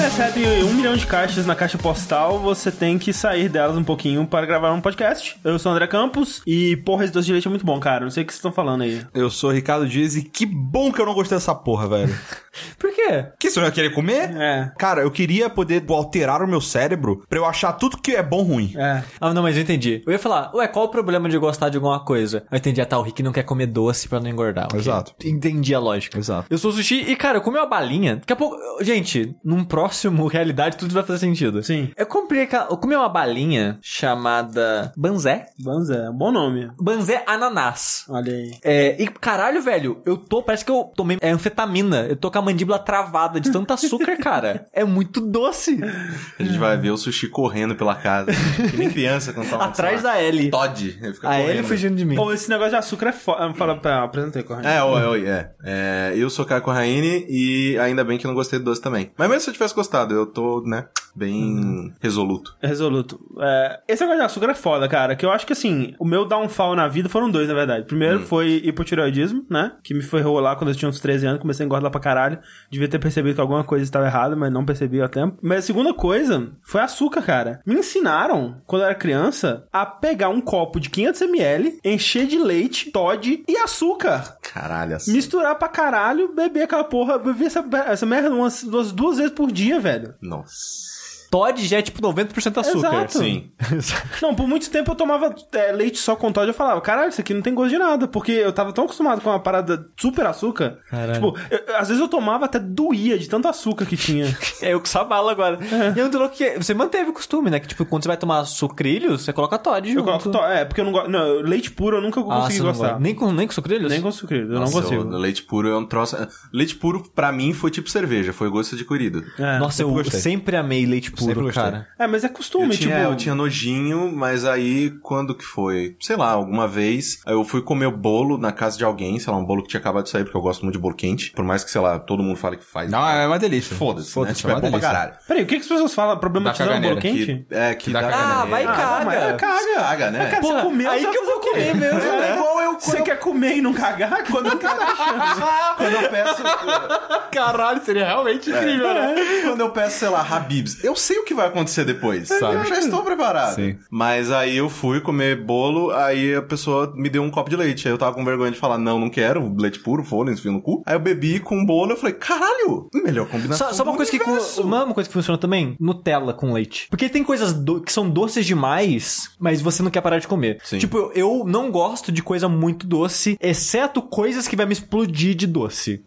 recebe 1 milhão de caixas na caixa postal, você tem que sair delas um pouquinho para gravar um podcast. Eu sou o André Campos e, porra, esse doce de leite é muito bom, cara. Não sei o que vocês estão falando aí. Eu sou o Ricardo Dias e que bom que eu não gostei dessa porra, velho. Por quê? Que você não ia querer comer? É. Cara, eu queria poder alterar o meu cérebro pra eu achar tudo que é bom ruim. É. Ah, não, mas eu entendi. Eu ia falar, qual o problema de gostar de alguma coisa? Eu entendi, tá, o Rick não quer comer doce pra não engordar. Okay? Exato. Entendi a lógica. Exato. Eu sou sushi e, cara, eu comi uma balinha. Daqui a pouco, gente, num próximo realidade tudo vai fazer sentido. Sim. Eu comi uma balinha chamada Banzé. Banzé, bom nome. Banzé ananás. Olha aí. E caralho, velho, parece que eu tomei anfetamina. Eu tô com a mandíbula travada de tanto açúcar, cara. É muito doce. A gente vai ver o sushi correndo pela casa. Que nem criança quando toma Atrás da Ellie. Todd. Ele fica A correndo. Ellie fugindo de mim. Pô, esse negócio de açúcar é foda. Fala, apresentei, correto. Eu sou Caio Corraine e ainda bem que eu não gostei do doce também. Mas mesmo se eu tivesse gostado, eu tô, né, bem resoluto. Resoluto. Esse negócio de açúcar é foda, cara. Que eu acho que, assim, o meu downfall na vida foram dois, na verdade. Primeiro foi hipotireoidismo, né? Que me foi rolar quando eu tinha uns 13 anos. Comecei a engordar pra caralho. Devia ter percebido que alguma coisa estava errada, mas não percebi a tempo. Mas a segunda coisa foi açúcar, cara. Me ensinaram, quando eu era criança, a pegar um copo de 500ml, encher de leite, Toddy e açúcar. Caralho, assim. Misturar pra caralho, beber aquela porra. Beber essa merda duas vezes por dia, velho. Nossa. Todd já é tipo 90% açúcar. Exato. Sim. Não, por muito tempo eu tomava leite só com Toddy e eu falava, caralho, isso aqui não tem gosto de nada, porque eu tava tão acostumado com uma parada super açúcar. Caralho. Tipo, às vezes eu tomava até doía de tanto açúcar que tinha. Eu com essa bala agora. E é muito louco que você manteve o costume, né? Que tipo, quando você vai tomar sucrilhos, você coloca Toddy junto. Eu coloco Toddy, porque eu não gosto. Não, leite puro eu nunca consegui gostar. Nem com sucrilhos? Nem com sucrilhos, eu Nossa, não consigo. Leite puro é um troço... Leite puro, pra mim, foi tipo cerveja, foi gosto adquirido. Nossa, eu sempre amei leite puro, cara. Mas é costume, eu tinha nojinho, mas aí, quando que foi? Sei lá, alguma vez, eu fui comer o bolo na casa de alguém, sei lá, um bolo que tinha acabado de sair, porque eu gosto muito de bolo quente, por mais que, sei lá, todo mundo fale que faz. Não, é uma delícia. Foda-se, né? Tipo, é uma bom pra delícia. caralho. Peraí, o que as pessoas falam? Problematizando o bolo quente? Que dá caganeira. Ah, vai e caga. Caga, né? Cara, você comeu, aí que eu vou comer mesmo, né? Igual eu Você quer comer e não cagar? Quando eu quero quando eu peço... Caralho, seria realmente incrível, né? Quando eu peço, sei lá, Habib's, eu sei o que vai acontecer depois, sabe? Eu já estou preparado. Sim. Mas aí eu fui comer bolo, aí a pessoa me deu um copo de leite. Aí eu tava com vergonha de falar, não quero, leite puro, foda-se, enfia no cu. Aí eu bebi com bolo, eu falei, caralho, melhor combinação. Só uma coisa uma coisa que funciona também, Nutella com leite. Porque tem coisas que são doces demais, mas você não quer parar de comer. Sim. Tipo, eu não gosto de coisa muito doce, exceto coisas que vai me explodir de doce.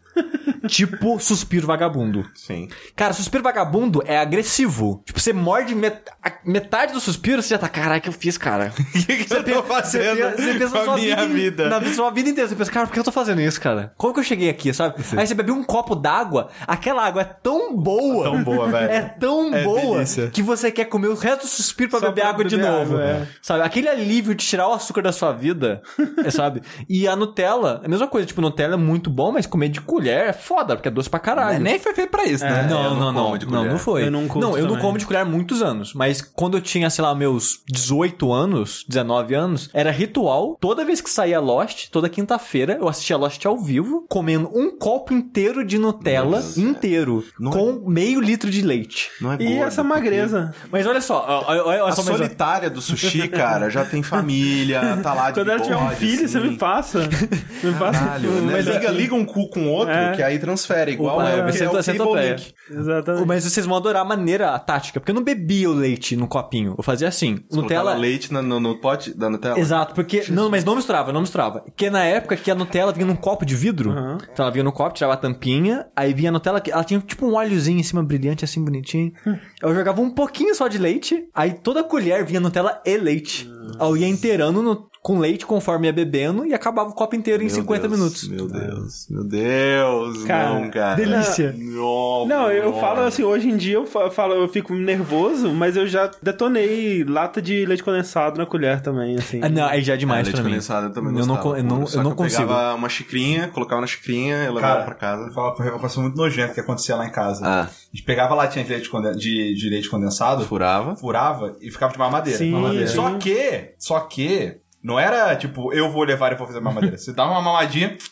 Tipo, suspiro vagabundo. Sim. Cara, suspiro vagabundo é agressivo. Tipo, você morde metade do suspiro, você já tá, caralho, que eu fiz, cara? O que eu tô fazendo Você pensa com a minha vida? Na sua vida inteira, você pensa, cara, por que eu tô fazendo isso, cara? Como que eu cheguei aqui, sabe? Sim. Aí você bebe um copo d'água, aquela água é tão boa. Tão boa, velho. É tão boa delícia. que você quer comer o resto do suspiro pra Só beber pra água de beber novo. água, Sabe? Aquele alívio de tirar o açúcar da sua vida, sabe? E a Nutella, é a mesma coisa. Tipo, Nutella é muito bom, mas comer de colher é foda, porque é doce pra caralho. Nem foi feito pra isso, né? Não foi. Eu não como de colher há muitos anos. Mas quando eu tinha, sei lá, meus 18 anos, 19 anos, era ritual. Toda vez que saía Lost, toda quinta-feira, eu assistia Lost ao vivo, comendo um copo inteiro de Nutella, com meio litro de leite. Não é E gordo, essa magreza. Mas olha só, A solitária do sushi, cara, já tem família, tá lá de Quando ela tiver um filho, você me passa. Me passa. Caralho, né? Liga um cu com outro, que aí transfere, igual você centopeia. Exatamente. Mas vocês vão adorar a maneira, a tática, porque eu não bebia o leite no copinho. Eu fazia assim, Nutella... leite no pote da Nutella? Exato, porque... Não, mas não misturava. Porque na época que a Nutella vinha num copo de vidro, então ela vinha no copo, tirava a tampinha, aí vinha a Nutella, ela tinha tipo um óleozinho em cima, brilhante, assim, bonitinho. Eu jogava um pouquinho só de leite, aí toda colher vinha Nutella e leite. Aí eu ia inteirando com leite conforme ia bebendo e acabava o copo inteiro em 50 minutos. Meu Deus. Cara, não, cara. Delícia. Não, eu falo assim, hoje em dia eu fico nervoso, mas eu já detonei lata de leite condensado na colher também, assim. Não, aí já é demais leite pra mim. condensado eu também Eu não gostava. eu não consigo. Eu pegava uma xicrinha, colocava na xicrinha, eu levava pra casa. Eu faço muito nojento que acontecia lá em casa. A gente pegava a latinha de leite condensado, furava e ficava de mamadeira. Sim, Só que não era tipo, eu vou levar e vou fazer mamadeira. Você dá uma mamadinha,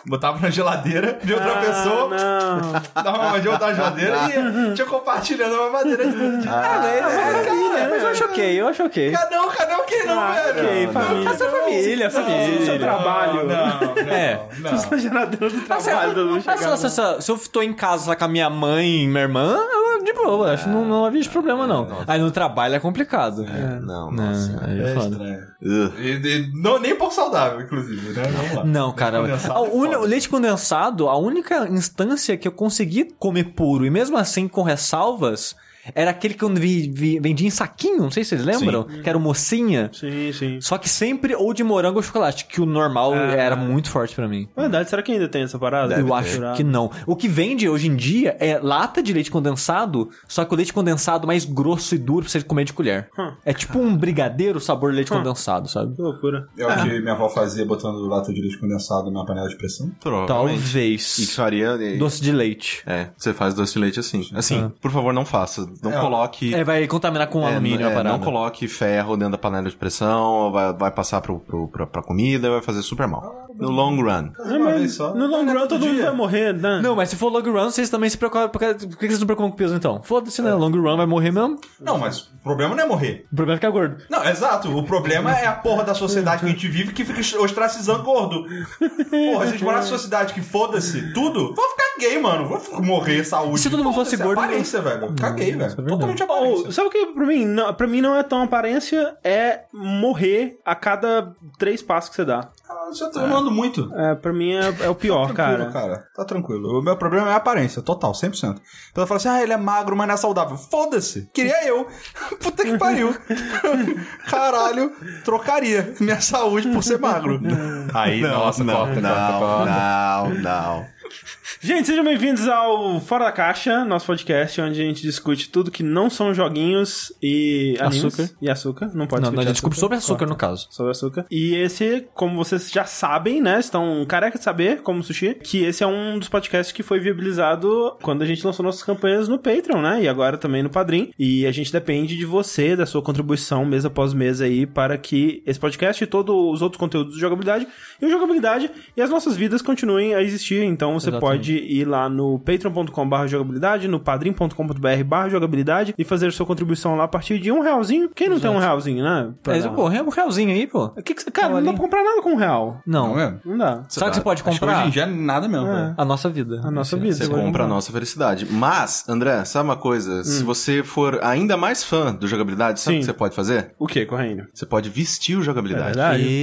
botava na geladeira de outra pessoa, dava uma mamadinha, botava na geladeira e tinha compartilhando a mamadeira de todo dia. Mas eu acho ok. Cadê o que não, velho? Família. Essa família. Seu trabalho. Não. Você tá geladeira do trabalho. Se eu tô em casa com a minha mãe e minha irmã, de boa, acho que não havia problema, não. Aí no trabalho é complicado. Nossa. Aí é foda. Não, nem pouco saudável, inclusive, né? Vamos lá. Não, cara. O leite condensado, a única instância que eu consegui comer puro, e mesmo assim com ressalvas, era aquele que eu vendia em saquinho, não sei se vocês lembram, que era o mocinha. Sim. Só que sempre ou de morango ou chocolate, que o normal era muito forte pra mim. Na verdade, será que ainda tem essa parada? Eu acho que não. O que vende hoje em dia é lata de leite condensado, só que o leite condensado mais grosso e duro pra você comer de colher. É tipo um brigadeiro sabor leite condensado, sabe? Que loucura. É o que minha avó fazia botando lata de leite condensado na panela de pressão? Talvez. Isso faria... Doce de leite. Você faz doce de leite assim. Assim, por favor, não faça. Não coloque... vai contaminar com alumínio a parada. Não coloque ferro dentro da panela de pressão, vai passar pra comida, vai fazer super mal. No long run. No long run todo mundo vai morrer, né? Não, mas se for long run, vocês também se preocupam. Por que vocês não se preocupam com peso, então? Foda-se, né? Long run vai morrer mesmo. Não, mas o problema não é morrer. O problema é ficar gordo. Não, exato. O problema é a porra da sociedade que a gente vive que fica ostracizando gordo. Porra, se a gente morar numa sociedade que foda-se tudo, vou ficar gay, mano. Vou morrer, saúde. Se todo mundo fosse gordo... Aparência, velho. Caguei, velho. Totalmente aparência. Sabe o que pra mim não é tão aparência, é morrer a cada 3 passos que você dá. Eu não ando muito. Pra mim é o pior, cara. Tá tranquilo. O meu problema é a aparência, total, 100%. Então fala assim, ele é magro, mas não é saudável. Foda-se. Queria eu. Puta que pariu. Caralho, trocaria minha saúde por ser magro. Aí, nossa, corta. Gente, sejam bem-vindos ao Fora da Caixa, nosso podcast, onde a gente discute tudo que não são joguinhos e animes. Açúcar. E açúcar. Não pode discutir. Não, a gente desculpa sobre açúcar, no caso. Sobre açúcar. E esse, como vocês já sabem, né, estão careca de saber, como Sushi, que esse é um dos podcasts que foi viabilizado quando a gente lançou nossas campanhas no Patreon, né, e agora também no Padrim. E a gente depende de você, da sua contribuição mês após mês aí, para que esse podcast e todos os outros conteúdos de jogabilidade e as nossas vidas continuem a existir. Então você pode ir lá no patreon.com/jogabilidade, no padrim.com.br/jogabilidade e fazer sua contribuição lá a partir de R$1. Quem não tem R$1, né? Pô, é R$1 aí, pô. Cara, não dá pra comprar nada com R$1. Não. Não dá. Sabe o que você pode comprar? Hoje em dia é nada mesmo, velho. A nossa vida. A nossa vida. Você compra a nossa felicidade. Mas, André, sabe uma coisa? Se você for ainda mais fã do jogabilidade, sabe o que você pode fazer? O que, Corrênio? Você pode vestir o jogabilidade.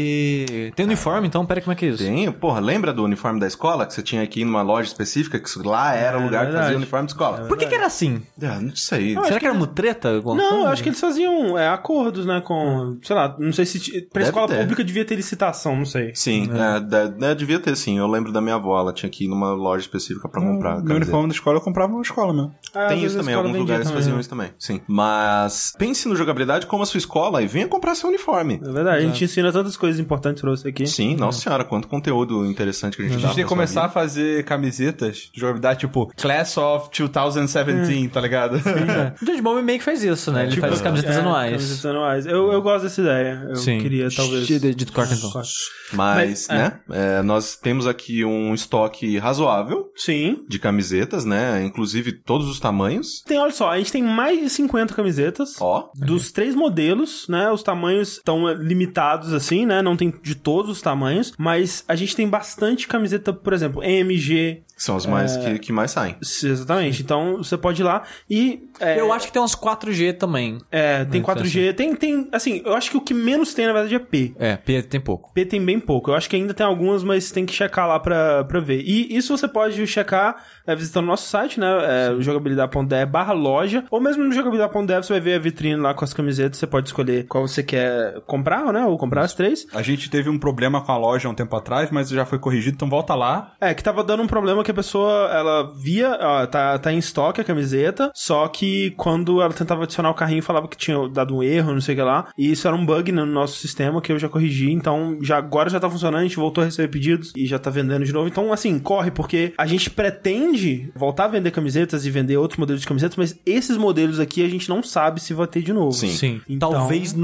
Tem uniforme, então? Pera aí, como é que é isso? Tem, porra, lembra do uniforme da escola? Que você tinha aqui numa loja específica, que lá era o lugar que fazia o uniforme de escola. Por que era assim? Não sei. Será que era uma treta? Não, eu acho que eles faziam acordos, né, com... Sei lá, não sei se... Pra escola pública devia ter licitação, não sei. Sim, devia ter, sim. Eu lembro da minha avó, ela tinha que ir numa loja específica pra comprar. No uniforme da escola eu comprava na escola mesmo. Tem isso também, alguns lugares faziam isso também. Sim. Mas pense no jogabilidade como a sua escola e venha comprar seu uniforme. É verdade, a gente ensina tantas coisas importantes pra você aqui. Sim, nossa senhora, quanto conteúdo interessante que a gente dá. A gente tem que começar a fazer camisetas de jogabilidade, tipo, Class of 2017, tá ligado? O Judge Bomb meio que faz isso, né? Ele faz as camisetas anuais. Camisetas anuais. Eu gosto dessa ideia. Eu queria, talvez... Dito corta, então. Mas, né, nós temos aqui um estoque razoável. Sim. De camisetas, né? Inclusive todos os tamanhos. Olha só, a gente tem mais de 50 camisetas. Dos 3 modelos, né? Os tamanhos estão limitados, assim, né? Não tem de todos os tamanhos. Mas a gente tem bastante camiseta, por exemplo, EMG. São as mais que mais saem. Exatamente. Então, você pode ir lá e... eu acho que tem uns 4G também. Tem 4G. Tem, assim, eu acho que o que menos tem, na verdade, é P. P tem pouco. P tem bem pouco. Eu acho que ainda tem algumas, mas tem que checar lá pra ver. E isso você pode checar visitando o nosso site, né? jogabilidade.de/loja. Ou mesmo no jogabilidade.de você vai ver a vitrine lá com as camisetas. Você pode escolher qual você quer comprar, né? Ou comprar as 3. A gente teve um problema com a loja há um tempo atrás, mas já foi corrigido, então volta lá. Que tava dando um problema que a pessoa, ela via, ó, tá em estoque a camiseta, só que quando ela tentava adicionar o carrinho, falava que tinha dado um erro, não sei o que lá, e isso era um bug no nosso sistema que eu já corrigi, então agora já tá funcionando, a gente voltou a receber pedidos e já tá vendendo de novo. Então, assim, corre, porque a gente pretende voltar a vender camisetas e vender outros modelos de camisetas, mas esses modelos aqui a gente não sabe se vai ter de novo. Sim. Então, talvez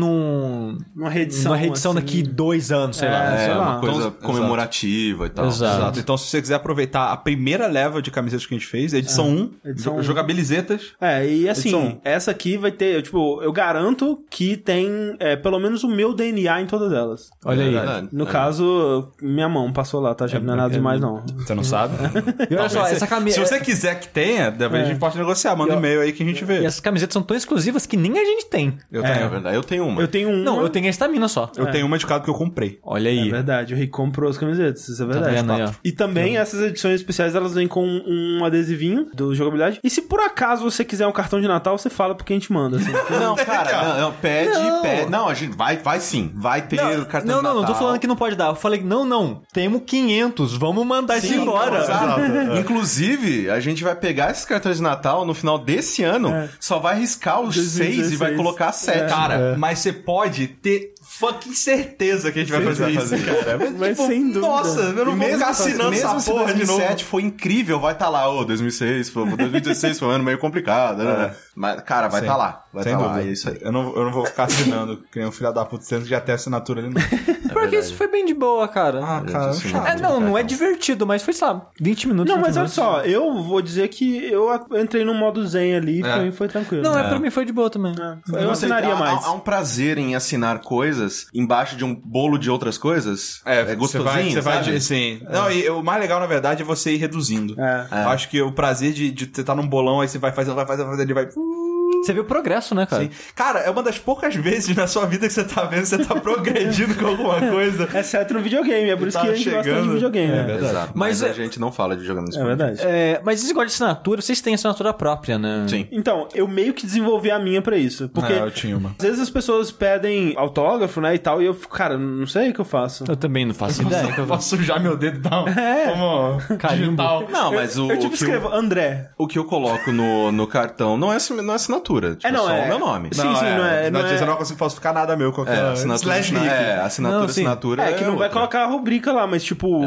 numa reedição assim, daqui 2 anos, sei lá. sei lá. Uma coisa Então, comemorativa e tal. Exato. Então, se você quiser aproveitar a primeira leva de camisetas que a gente fez, edição 1, jogabilizetas. E assim, Edição. essa aqui vai ter, eu garanto que tem pelo menos o meu DNA em todas elas. Olha aí. Verdade. No caso, minha mão passou lá, tá? Já não é nada demais, não. Você não sabe? E olha só, essa Se camiseta... você quiser que tenha, a gente pode negociar. Manda um e-mail aí que a gente vê. E essas camisetas são tão exclusivas que nem a gente tem. Eu É tenho. verdade. Eu tenho uma. Eu tenho uma. Não, eu tenho a estamina só. Eu tenho uma de cada que eu comprei. Olha É aí. verdade, o Rick comprou as camisetas, isso é verdade. vendo aí, ó? E também essas edições especiais, elas vêm com um adesivinho do jogabilidade. E se por acaso você quiser um cartão de Natal, você fala porque a gente manda, assim. Não, cara, não, pede. Não, a gente vai sim. Vai ter o cartão de Natal. Não tô falando que não pode dar. Eu falei, não, temos 500, vamos mandar isso embora. Exato. Inclusive, a gente vai pegar esses cartões de Natal no final desse ano, só vai riscar os 6 e vai colocar 7. Cara, mas você pode ter fucking certeza que a gente vai fazer isso, cara. Mas sem dúvida. Nossa, eu não vou ficar assinando essa porra de novo. 2007 foi incrível, vai estar lá. 2006, 2016 foi um ano meio complicado. Né? Mas, cara, vai estar lá. Vai Sem estar lá, dúvida. é isso aí. Eu não vou ficar assinando que nem um filho da puta, sendo que já tem assinatura ali, não. Porque isso foi bem de boa, cara. Cara, Gente, chato. Não é divertido, mas foi, sabe, 20 minutos. Não, 20 mas olha minutos. só, eu vou dizer que eu entrei no modo zen ali e foi tranquilo. Não, pra mim foi de boa também. Eu assinaria mais. Há um prazer em assinar coisas embaixo de um bolo de outras coisas. É gostosinho, Você vai sabe? assim. Não, e o mais legal, na verdade, é você ir reduzindo. Eu acho que o prazer de você estar num bolão, aí você vai fazendo, ele vai... Você viu o progresso, né, cara? Sim. Cara, é uma das poucas vezes na sua vida que você tá vendo, você tá progredindo com alguma coisa. Exceto no videogame, é por isso que a gente gosta de videogame. Exato. Mas a gente não fala de jogamento. É verdade. Mas esse negócio de assinatura, vocês têm assinatura própria, né? Sim. Então, eu meio que desenvolvi a minha pra isso. Porque eu tinha uma. às vezes as pessoas pedem autógrafo, né, e tal, e eu fico, cara, não sei o que eu faço. Eu também não faço ideia. Eu posso sujar meu dedo e dar como Carimbo. digital. Não, mas Eu tipo escrevo André. o que eu coloco no cartão não é assinatura. Tipo, não, só é. o meu nome. Sim, não é. Eu não consigo falsificar nada meu com aquela Assinatura. Assinatura. É, que não vai outra. colocar a rubrica lá, mas tipo,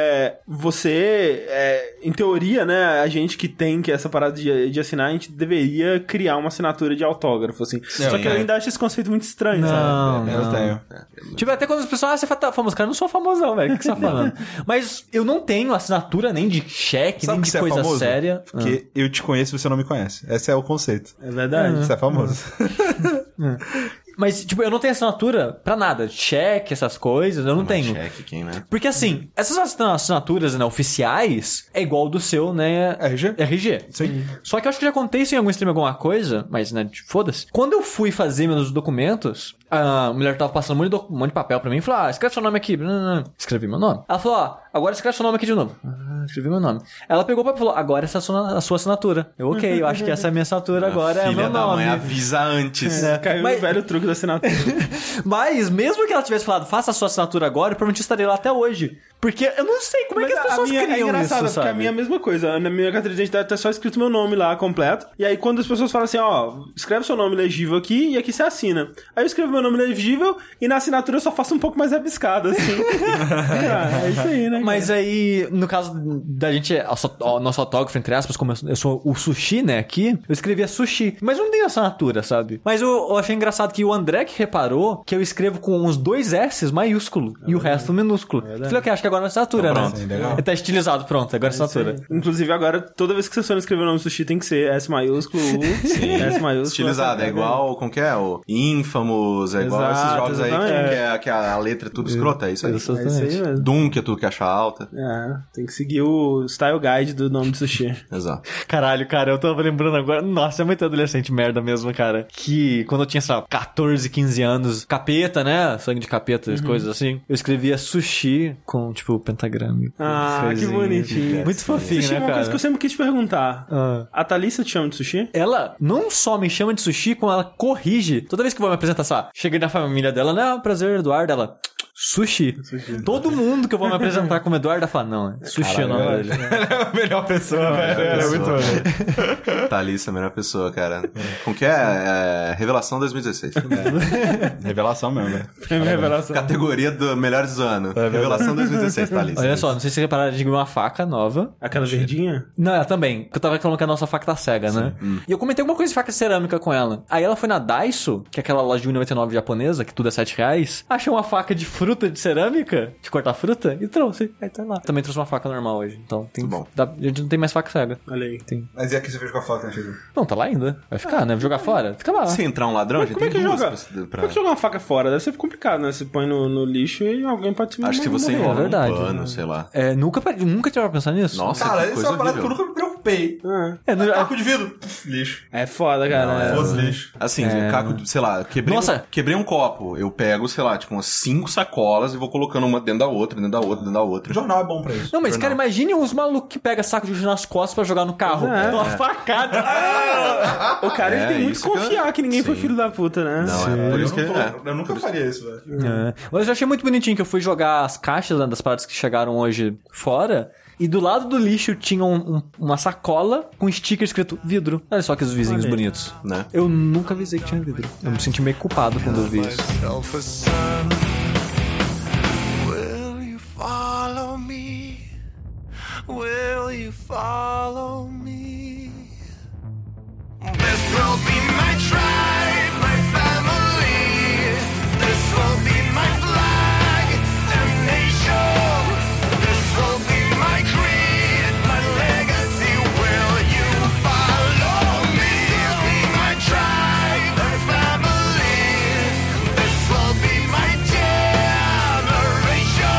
você, em teoria, né, a gente que tem essa parada de assinar, a gente deveria criar uma assinatura de autógrafo, assim. Só que eu ainda acho esse conceito muito estranho, sabe? Eu tenho. Tipo, até quando as pessoas, você fala, famoso, cara, eu não sou famosão, velho, o que você tá falando? Mas eu não tenho assinatura nem de cheque, Sabe nem que de você é coisa famoso? séria. Porque eu te conheço e você não me conhece. Esse é o conceito. É verdade. Você é famoso. Mas, tipo, eu não tenho assinatura pra nada. Cheque, essas coisas, eu não tenho. Cheque aqui, né? Porque, assim, essas assinaturas, né, oficiais, é igual do seu, né... RG. Sim. Só que eu acho que já contei isso em algum stream, alguma coisa, mas, né, foda-se. Quando eu fui fazer meus documentos, a mulher tava passando um monte de papel pra mim e falou, escreve seu nome aqui. Escrevi meu nome. Ela falou, agora escreve seu nome aqui de novo. Escrevi meu nome. Ela pegou o papel e falou, agora essa é a sua assinatura. Eu, ok, eu acho que essa é a minha assinatura agora, é o meu Filha da nome. mãe, avisa antes. Caiu Mas- no velho truque da assinatura. Mas, mesmo que ela tivesse falado, faça a sua assinatura agora, eu provavelmente estaria lá até hoje. Porque eu não sei como é que as pessoas minha criam é engraçado, isso, porque sabe? a minha é a mesma coisa. Na minha carteira de identidade tá só escrito meu nome lá, completo. E aí, quando as pessoas falam assim, escreve seu nome legível aqui e aqui você assina. Aí eu escrevo meu nome legível e na assinatura eu só faço um pouco mais rabiscado, assim. É isso aí, né? Mas aí, no caso da gente, nosso autógrafo, entre aspas, como eu sou o sushi, né, aqui, eu escrevia sushi. Mas não tem assinatura, sabe? Mas eu achei engraçado que o André que reparou que eu escrevo com uns 2 S maiúsculo e o resto minúsculo. Falei, ok, acho que agora é assinatura, né? Sim, legal. Tá estilizado, pronto, agora é assinatura. Inclusive, agora, toda vez que você for escrever o nome sushi, tem que ser S maiúsculo, U, S maiúsculo. Estilizado, é igual, como que é? O Infamous, é igual esses Exato, jogos aí exatamente. que a letra é tudo escrota, é isso aí. É isso aí mesmo. Doom, que é tudo caixa alta. Tem que seguir o style guide do nome do sushi. Exato. Caralho, cara, eu tava lembrando agora. Nossa, é muito adolescente merda mesmo, cara. Que quando eu tinha, sei lá, 14, 15 anos, capeta, né? Sangue de capeta, coisas assim. Eu escrevia sushi com, tipo, pentagrama. Que bonitinho. Muito fofinho, Sushi é né, uma cara? coisa que eu sempre quis te perguntar. A Thalissa te chama de sushi? Ela não só me chama de sushi, como ela corrige. Toda vez que eu vou me apresentar, sabe? Cheguei na família dela, né? Prazer, Eduardo. Ela, Sushi. Todo mundo que eu vou me apresentar como Eduardo vai falar, não, sushi é o nome dele. Ela é a melhor pessoa, velho. Ela é muito boa. Thalissa, a melhor pessoa, cara. Com que é? Revelação 2016. Revelação mesmo, velho. Revelação. Categoria do Melhores do Ano. Revelação 2016, Thalissa. Olha só, não sei se vocês repararam, de uma faca nova. Aquela verdinha? Não, ela também. Porque eu tava falando que a nossa faca tá cega, né? E eu comentei alguma coisa de faca cerâmica com ela. Aí ela foi na Daiso, que é aquela loja de 1,99 japonesa, que tudo é R$7. Achou uma faca de fruta de cerâmica, de cortar fruta, e trouxe. Aí tá lá. Também trouxe uma faca normal hoje. Então tem. Bom. A gente não tem mais faca cega. Olha aí. Tem. Mas e aqui você fez com a faca, né, Chico? Não, tá lá ainda. Vai ficar, né? Jogar fora? Fica lá. Se entrar um ladrão, já Como é tem que duas joga? pra... Como é que jogar uma faca fora? Deve ser complicado, né? Você põe no lixo e alguém pode se Acho que você morrer. enrola verdade. um pano, sei lá. Nunca tinha pra pensar nisso? Nossa, Cara, que isso é coisa uma parada que eu horrível. nunca me preocupei. É, Caco de vidro, lixo. É foda, cara. Foda lixo. Assim, caco, sei lá, Nossa. quebrei um copo. Eu pego, sei lá, tipo umas 5 sacolas e vou colocando uma dentro da outra, dentro da outra, dentro da outra. O jornal é bom pra isso. Não, mas, cara, imagine uns malucos que pegam saco de lixo nas costas pra jogar no carro. Uma facada. O cara ele tem muito isso que confiar que ninguém foi Sim. filho da puta, né? Não, é por isso que... Eu nunca faria isso, velho. É. Mas eu achei muito bonitinho que eu fui jogar as caixas, né, das paradas que chegaram hoje fora. E do lado do lixo tinha uma sacola com sticker escrito vidro. Olha só que os vizinhos Olha aí. bonitos. Né? Eu nunca avisei que tinha vidro. Eu me senti meio culpado quando eu vi isso. myself a son. Will you follow me? Will you follow me? This will be my tribe, my family. This will be my flag and nation. This will be my creed, my legacy. Will you follow me? This will be my tribe, my family. This will be my generation.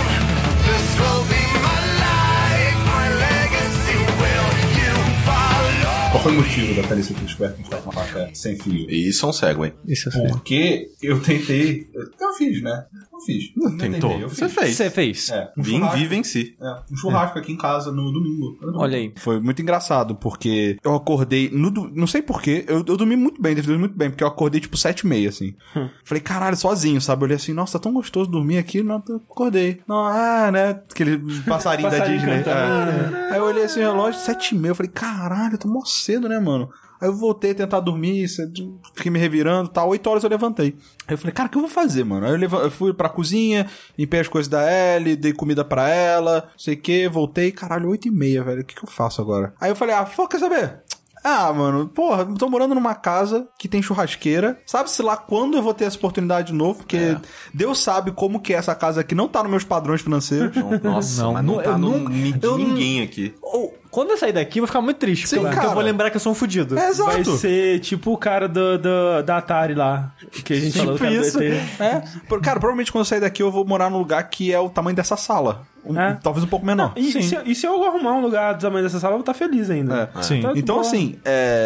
This will be my life, my legacy. Will you follow? Qual foi o motivo da Thalissa ter descoberto que a gente tá com uma faca sem fio? E isso é um Segway. Isso é Porque eu tentei... Eu fiz, né? Eu fiz. Não Tentou. tentei, eu fiz. Você fez. Você fez? É, Vim, venci. um churrasco aqui em casa no domingo. Olha aí. Foi muito engraçado, porque eu acordei... Não sei porquê, eu dormi muito bem, dormi muito bem, porque eu acordei tipo 7h30, assim. Falei, caralho, sozinho, sabe? Eu olhei assim, nossa, tá tão gostoso dormir aqui, não, eu acordei. Não, né? Aquele passarinho da Passarinho Disney. cantando. Aí eu olhei assim, o relógio, 7h30, eu falei, caralho, tô mó cedo, né, mano? Aí eu voltei a tentar dormir, fiquei me revirando e tal, 8 horas eu levantei. Aí eu falei, cara, o que eu vou fazer, mano? Aí eu fui pra cozinha, limpei as coisas da Ellie, dei comida pra ela, não sei o que, voltei, caralho, 8h30, velho, o que eu faço agora? Aí eu falei, quer saber? Mano, porra, tô morando numa casa que tem churrasqueira. Sabe-se lá quando eu vou ter essa oportunidade de novo, porque Deus sabe como que é essa casa aqui, não tá nos meus padrões financeiros. Nossa, Não, mas não eu tá no nunca- de eu ninguém aqui. Ou, quando eu sair daqui, eu vou ficar muito triste. Sim, porque cara. eu vou lembrar que eu sou um fudido. É, exato. Vai ser tipo o cara da Atari lá, que a gente falou do cara do isso. ET. Cara, provavelmente quando eu sair daqui eu vou morar num lugar que é o tamanho dessa sala. Talvez um pouco menor. E se eu arrumar um lugar do tamanho dessa sala, eu vou estar feliz ainda. Sim. Tá de Então, boa. assim,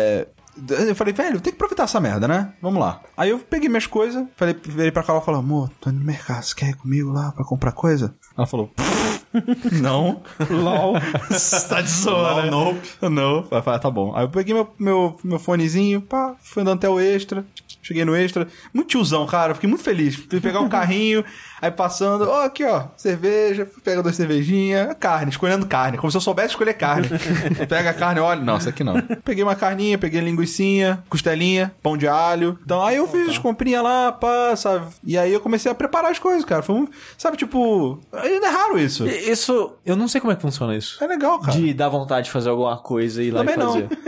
eu falei, velho, tem que aproveitar essa merda, né? Vamos lá. Aí eu peguei minhas coisas, virei pra Carol e falei, amor, tô indo no mercado, você quer ir comigo lá pra comprar coisa? Ela falou, não. LOL. Tá de zoa, né? Não. Eu falei, tá bom. Aí eu peguei meu fonezinho, fui andando até o Extra. Cheguei no Extra. Muito tiozão, cara. Fiquei muito feliz. Fui pegar um carrinho, aí passando, aqui, ó, cerveja, pega 2 cervejinhas, carne, escolhendo carne. Como se eu soubesse escolher carne. Pega a carne, olha, não, isso aqui não. Peguei uma carninha, peguei linguicinha, costelinha, pão de alho. Então, aí eu fiz as comprinhas lá, sabe? E aí eu comecei a preparar as coisas, cara. Foi sabe, tipo, ainda é raro isso. Isso, eu não sei como é que funciona isso. É legal, cara. De dar vontade de fazer alguma coisa e ir lá Também e não. fazer.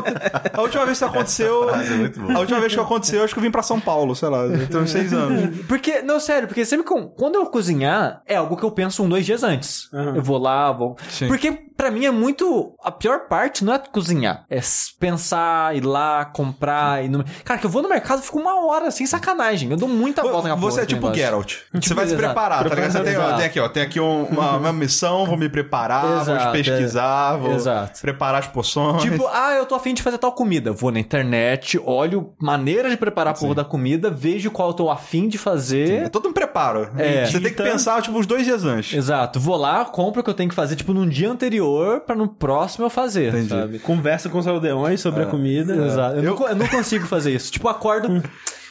A última vez que isso aconteceu. A última vez que aconteceu, acho que eu vim pra São Paulo, sei lá, eu tenho uns 6 anos. Porque, não, sério, porque sempre quando eu cozinhar, é algo que eu penso 2 dias antes. Eu vou lá, Sim. Porque pra mim é muito... A pior parte não é cozinhar. É pensar, ir lá, comprar... Cara, que eu vou no mercado e fico 1 hora, sem sacanagem. Eu dou muita volta na porra. Você é tipo Geralt. Você vai se exato. preparar, tá ligado? Você tem aqui uma missão, vou me preparar, Exato, vou pesquisar, vou Exato. preparar as poções. Tipo, eu tô afim de fazer tal comida. Vou na internet, olho maneira de preparar a porra da comida, vejo qual eu tô afim de fazer. É todo um preparo. Você tem que pensar, tipo, uns 2 dias antes. Exato. Vou lá, compro o que eu tenho que fazer, tipo, num dia anterior, pra no próximo eu fazer, Entendi. sabe? Conversa com os aldeões sobre a comida. Exato. Eu não consigo fazer isso. Tipo, acordo...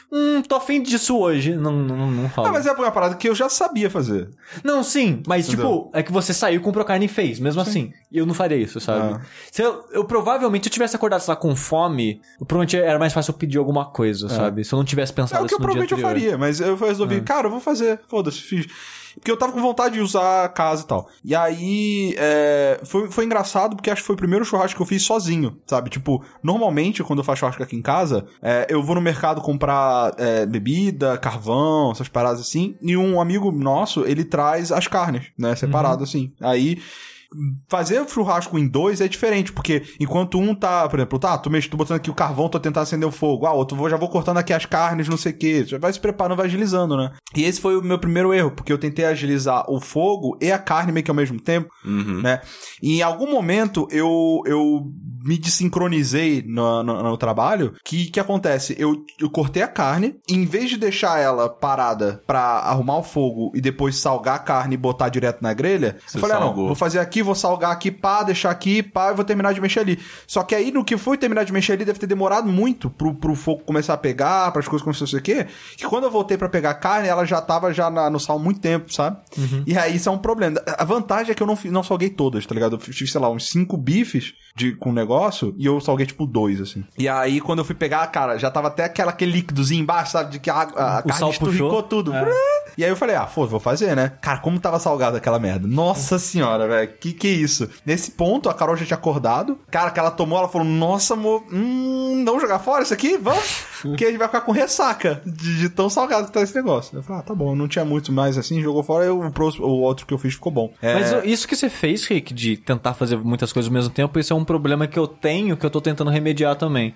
tô afim disso hoje. Não falo. Ah, mas é uma parada que eu já sabia fazer. Não, sim, mas Entendeu? tipo, é que você saiu, comprou carne e fez, mesmo assim. E eu não faria isso, sabe? Ah. Se eu provavelmente, se eu tivesse acordado, sei lá, com fome, provavelmente era mais fácil eu pedir alguma coisa, sabe? Se eu não tivesse É pensado o que isso eu no dia provavelmente eu anterior. faria, mas eu resolvi, cara, eu vou fazer, foda-se, fiz. Porque eu tava com vontade de usar a casa e tal. E aí, foi engraçado porque acho que foi o primeiro churrasco que eu fiz sozinho, sabe? Tipo, normalmente, quando eu faço churrasco aqui em casa, eu vou no mercado comprar bebida, carvão, essas paradas assim, e um amigo nosso, ele traz as carnes, né, separado assim. Aí... fazer churrasco em dois é diferente, porque enquanto um tá, por exemplo, tô botando aqui o carvão, tô tentando acender o fogo, outro já vou cortando aqui as carnes, não sei o que, já vai se preparando, vai agilizando, né? E esse foi o meu primeiro erro, porque eu tentei agilizar o fogo e a carne meio que ao mesmo tempo, né? E em algum momento eu me desincronizei no trabalho, que acontece? Eu cortei a carne, e em vez de deixar ela parada pra arrumar o fogo e depois salgar a carne e botar direto na grelha, eu falei, não, vou fazer aqui, vou salgar aqui, pá, deixar aqui, pá, e vou terminar de mexer ali. Só que aí, no que foi terminar de mexer ali, deve ter demorado muito pro fogo começar a pegar, pras coisas começarem a ser o quê, que quando eu voltei pra pegar a carne, ela já tava no sal há muito tempo, sabe? E aí, isso é um problema. A vantagem é que eu não salguei todas, tá ligado? Eu fiz, sei lá, uns 5 bifes com negócio, e eu salguei, tipo, 2, assim. E aí, quando eu fui pegar, cara, já tava até aquele líquidozinho embaixo, sabe? De que a carne sal esturricou tudo. E aí eu falei, vou fazer, né? Cara, como tava salgado aquela merda. Nossa senhora, velho. Que é isso? Nesse ponto, a Carol já tinha acordado. Cara, que ela tomou, ela falou, nossa, amor, vamos jogar fora isso aqui? Vamos? Porque a gente vai ficar com ressaca de tão salgado que tá esse negócio. Eu falei, tá bom, não tinha muito mais assim, jogou fora, e o outro que eu fiz ficou bom. Mas isso que você fez, Rick, de tentar fazer muitas coisas ao mesmo tempo, isso é um problema que eu tenho, que eu tô tentando remediar também.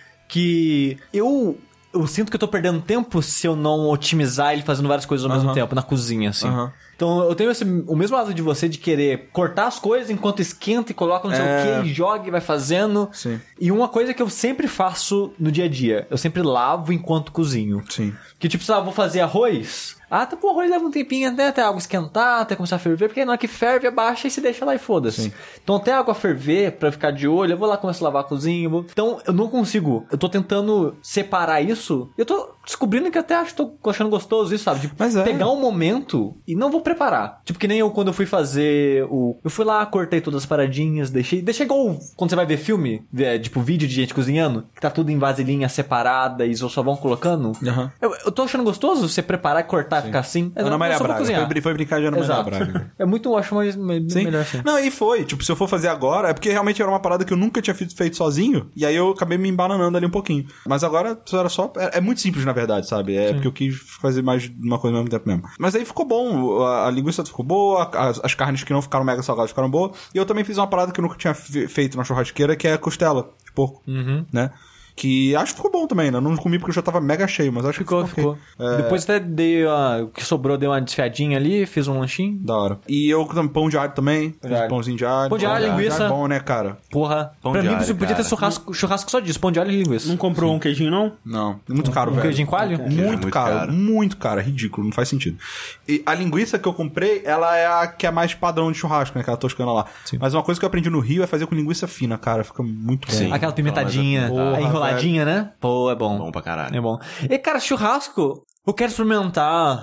Que eu sinto que eu tô perdendo tempo se eu não otimizar ele fazendo várias coisas ao mesmo tempo, na cozinha, assim. Então eu tenho o mesmo lado de você de querer cortar as coisas enquanto esquenta e coloca não sei o que, e joga e vai fazendo. Sim. E uma coisa que eu sempre faço no dia a dia, eu sempre lavo enquanto cozinho. Sim. Que tipo, sei lá, vou fazer arroz... tá, pô, o arroz leva um tempinho até a água esquentar, até começar a ferver, porque na hora que ferve, abaixa e se deixa lá e foda-se. Então, até a água ferver, pra ficar de olho, eu vou lá, começo a lavar a cozinha, Então, eu não consigo. Eu tô tentando separar isso, eu tô descobrindo que até tô achando gostoso isso, sabe? De pegar um momento e não vou preparar. Tipo, que nem eu, quando eu fui fazer eu fui lá, cortei todas as paradinhas, deixei igual quando você vai ver filme, tipo, vídeo de gente cozinhando, que tá tudo em vasilhinha separada e só vão colocando. Eu tô achando gostoso você preparar e cortar, ficar assim. Ana Maria Braga. Foi brincar de Ana Maria Braga. É muito, eu acho melhor assim. Não, e foi. Tipo, se eu for fazer agora, é porque realmente era uma parada que eu nunca tinha feito sozinho, e aí eu acabei me embananando ali um pouquinho. Mas agora, era só... É muito simples, na verdade, sabe? Porque eu quis fazer mais de uma coisa ao mesmo tempo mesmo. Mas aí ficou bom. A linguiça ficou boa, as carnes que não ficaram mega salgadas ficaram boas. E eu também fiz uma parada que eu nunca tinha feito na churrasqueira, que é a costela de porco, né? Que acho que ficou bom também, né? Não comi porque eu já tava mega cheio, mas acho que ficou. Depois até o que sobrou, dei uma desfiadinha ali, fiz um lanchinho. Da hora. E eu pão de alho também. Fiz pãozinho de alho. Pão de alho, linguiça. É bom, né, cara? Porra. Pra mim, você podia ter churrasco só disso, pão de alho e linguiça. Não comprou um queijinho, não? Não. Muito caro, velho. Queijinho coalho? Muito caro. Muito caro. É ridículo. Não faz sentido. E a linguiça que eu comprei, ela é a que é mais padrão de churrasco, né? Aquela toscana lá. Sim. Mas uma coisa que eu aprendi no Rio é fazer com linguiça fina, cara. Fica muito bom. Sim. Aquela pimentadinha, a enroladinha, né? Pô, é bom. Bom pra caralho. É bom. E, cara, churrasco, eu quero experimentar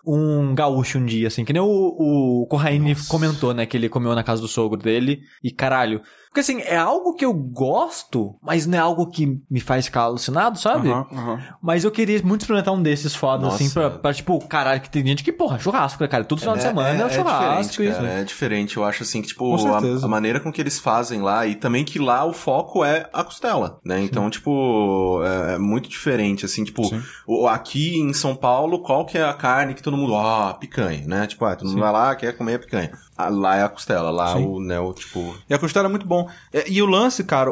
um gaúcho um dia, assim, que nem o Corraine comentou, né, que ele comeu na casa do sogro dele, e caralho, porque assim, é algo que eu gosto, mas não é algo que me faz ficar alucinado, sabe? Mas eu queria muito experimentar um desses fodas, assim, pra tipo, caralho, que tem gente que, porra, churrasco, né, cara? Todo final de semana é um churrasco. Diferente, cara, é diferente, eu acho assim, que tipo, a maneira com que eles fazem lá, e também que lá o foco é a costela, né? Então, tipo, é muito diferente, assim, tipo, aqui em São Paulo, qual que é a carne que todo mundo, picanha, né? Tipo, todo mundo vai lá, quer comer a picanha. Lá é a costela, lá tipo... E a costela é muito bom. E o lance, cara,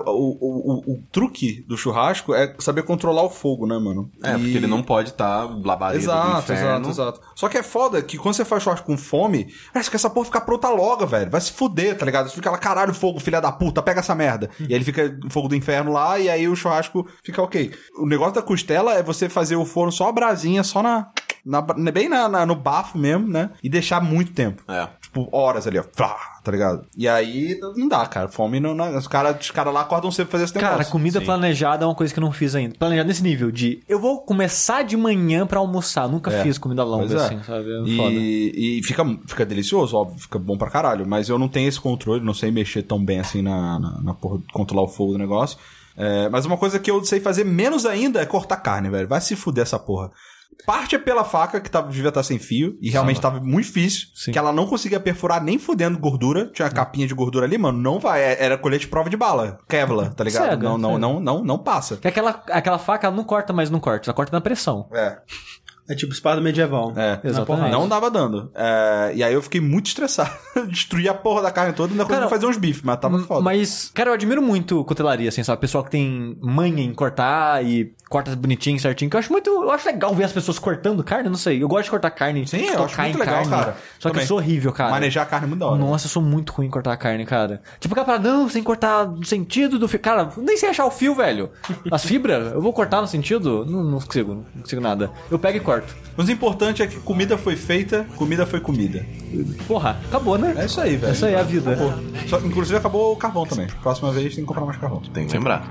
o truque do churrasco é saber controlar o fogo, né, mano? Porque ele não pode estar labareda do inferno. Exato. Só que é foda que quando você faz churrasco com fome, parece que essa porra fica pronta logo, velho. Vai se fuder, tá ligado? Você fica lá, caralho, fogo, filha da puta, pega essa merda. E aí ele fica o fogo do inferno lá, e aí o churrasco fica ok. O negócio da costela é você fazer o forno só a brasinha, só bem no bafo mesmo, né? E deixar muito tempo. tipo, horas ali, ó. Tá ligado? E aí, não dá, cara. Fome não... Os caras lá acordam sempre pra fazer esse negócio. Cara, comida planejada é uma coisa que eu não fiz ainda. Planejada nesse nível de... Eu vou começar de manhã pra almoçar. Nunca fiz comida longa assim, sabe? É foda. E fica delicioso, óbvio. Fica bom pra caralho. Mas eu não tenho esse controle. Não sei mexer tão bem assim na porra, controlar o fogo do negócio. Mas uma coisa que eu sei fazer menos ainda é cortar carne, velho. Vai se fuder essa porra. Parte é pela faca, que devia estar sem fio, e realmente tava muito difícil, que ela não conseguia perfurar nem fudendo gordura, tinha uma capinha de gordura ali, mano, não vai, era colete prova de bala, Kevlar, tá ligado? Cega, não passa. Porque aquela faca, ela não corta, mas não corta, ela corta na pressão. É tipo espada medieval. Exatamente. Não dava dando. E aí eu fiquei muito estressado. Destruí a porra da carne toda e ainda consegui fazer uns bifes, mas tava foda. Mas, cara, eu admiro muito cutelaria, assim, sabe? Pessoal que tem manha em cortar e corta bonitinho, certinho. Que eu acho legal ver as pessoas cortando carne, não sei. Eu gosto de cortar carne. Sim, eu acho muito legal, cara. Só que eu sou horrível, cara. Manejar a carne é muito da hora. Nossa, eu sou muito ruim em cortar carne, cara. Tipo, aquela parada, não, sem cortar no sentido do fio. Cara, nem sei achar o fio, velho. As fibras, eu vou cortar no sentido? Não consigo nada. Eu pego e corto. Mas o importante é que comida foi feita, comida foi comida. Porra, acabou, né? É isso aí, velho. Essa aí é a vida. Acabou. Inclusive acabou o carvão também. Próxima vez tem que comprar mais carvão. Tem que lembrar.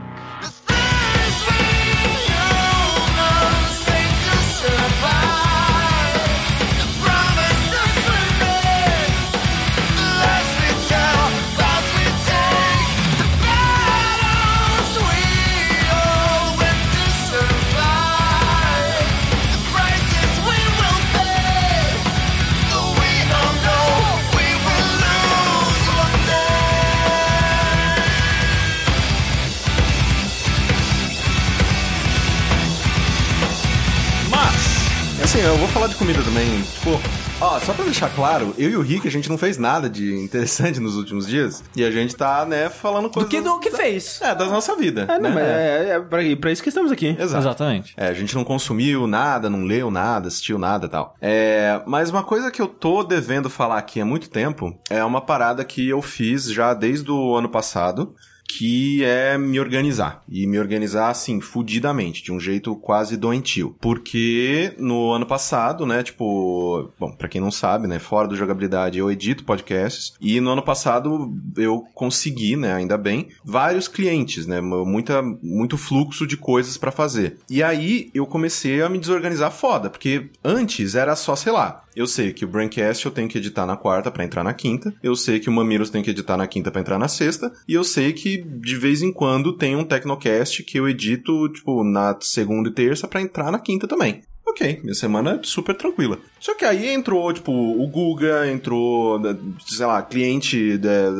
Assim, eu vou falar de comida também, tipo, só pra deixar claro, eu e o Rick, a gente não fez nada de interessante nos últimos dias, e a gente tá, né, falando coisas... Do que fez. Da nossa vida. Não, né? mas pra isso que estamos aqui. Exatamente. A gente não consumiu nada, não leu nada, assistiu nada e tal. Mas uma coisa que eu tô devendo falar aqui há muito tempo é uma parada que eu fiz já desde o ano passado, que é me organizar. E me organizar, assim, fudidamente, de um jeito quase doentio. Porque no ano passado, né, tipo... Bom, pra quem não sabe, né, fora do Jogabilidade eu edito podcasts. E no ano passado eu consegui, né, ainda bem, vários clientes, né, muito fluxo de coisas pra fazer. E aí eu comecei a me desorganizar foda. Porque antes era só, sei lá... Eu sei que o Braincast eu tenho que editar na quarta pra entrar na quinta. Eu sei que o Mamilos tem que editar na quinta pra entrar na sexta. E eu sei que, de vez em quando, tem um Tecnocast que eu edito, tipo, na segunda e terça pra entrar na quinta também. Ok, minha semana é super tranquila. Só que aí entrou, tipo, o Guga, entrou, sei lá, cliente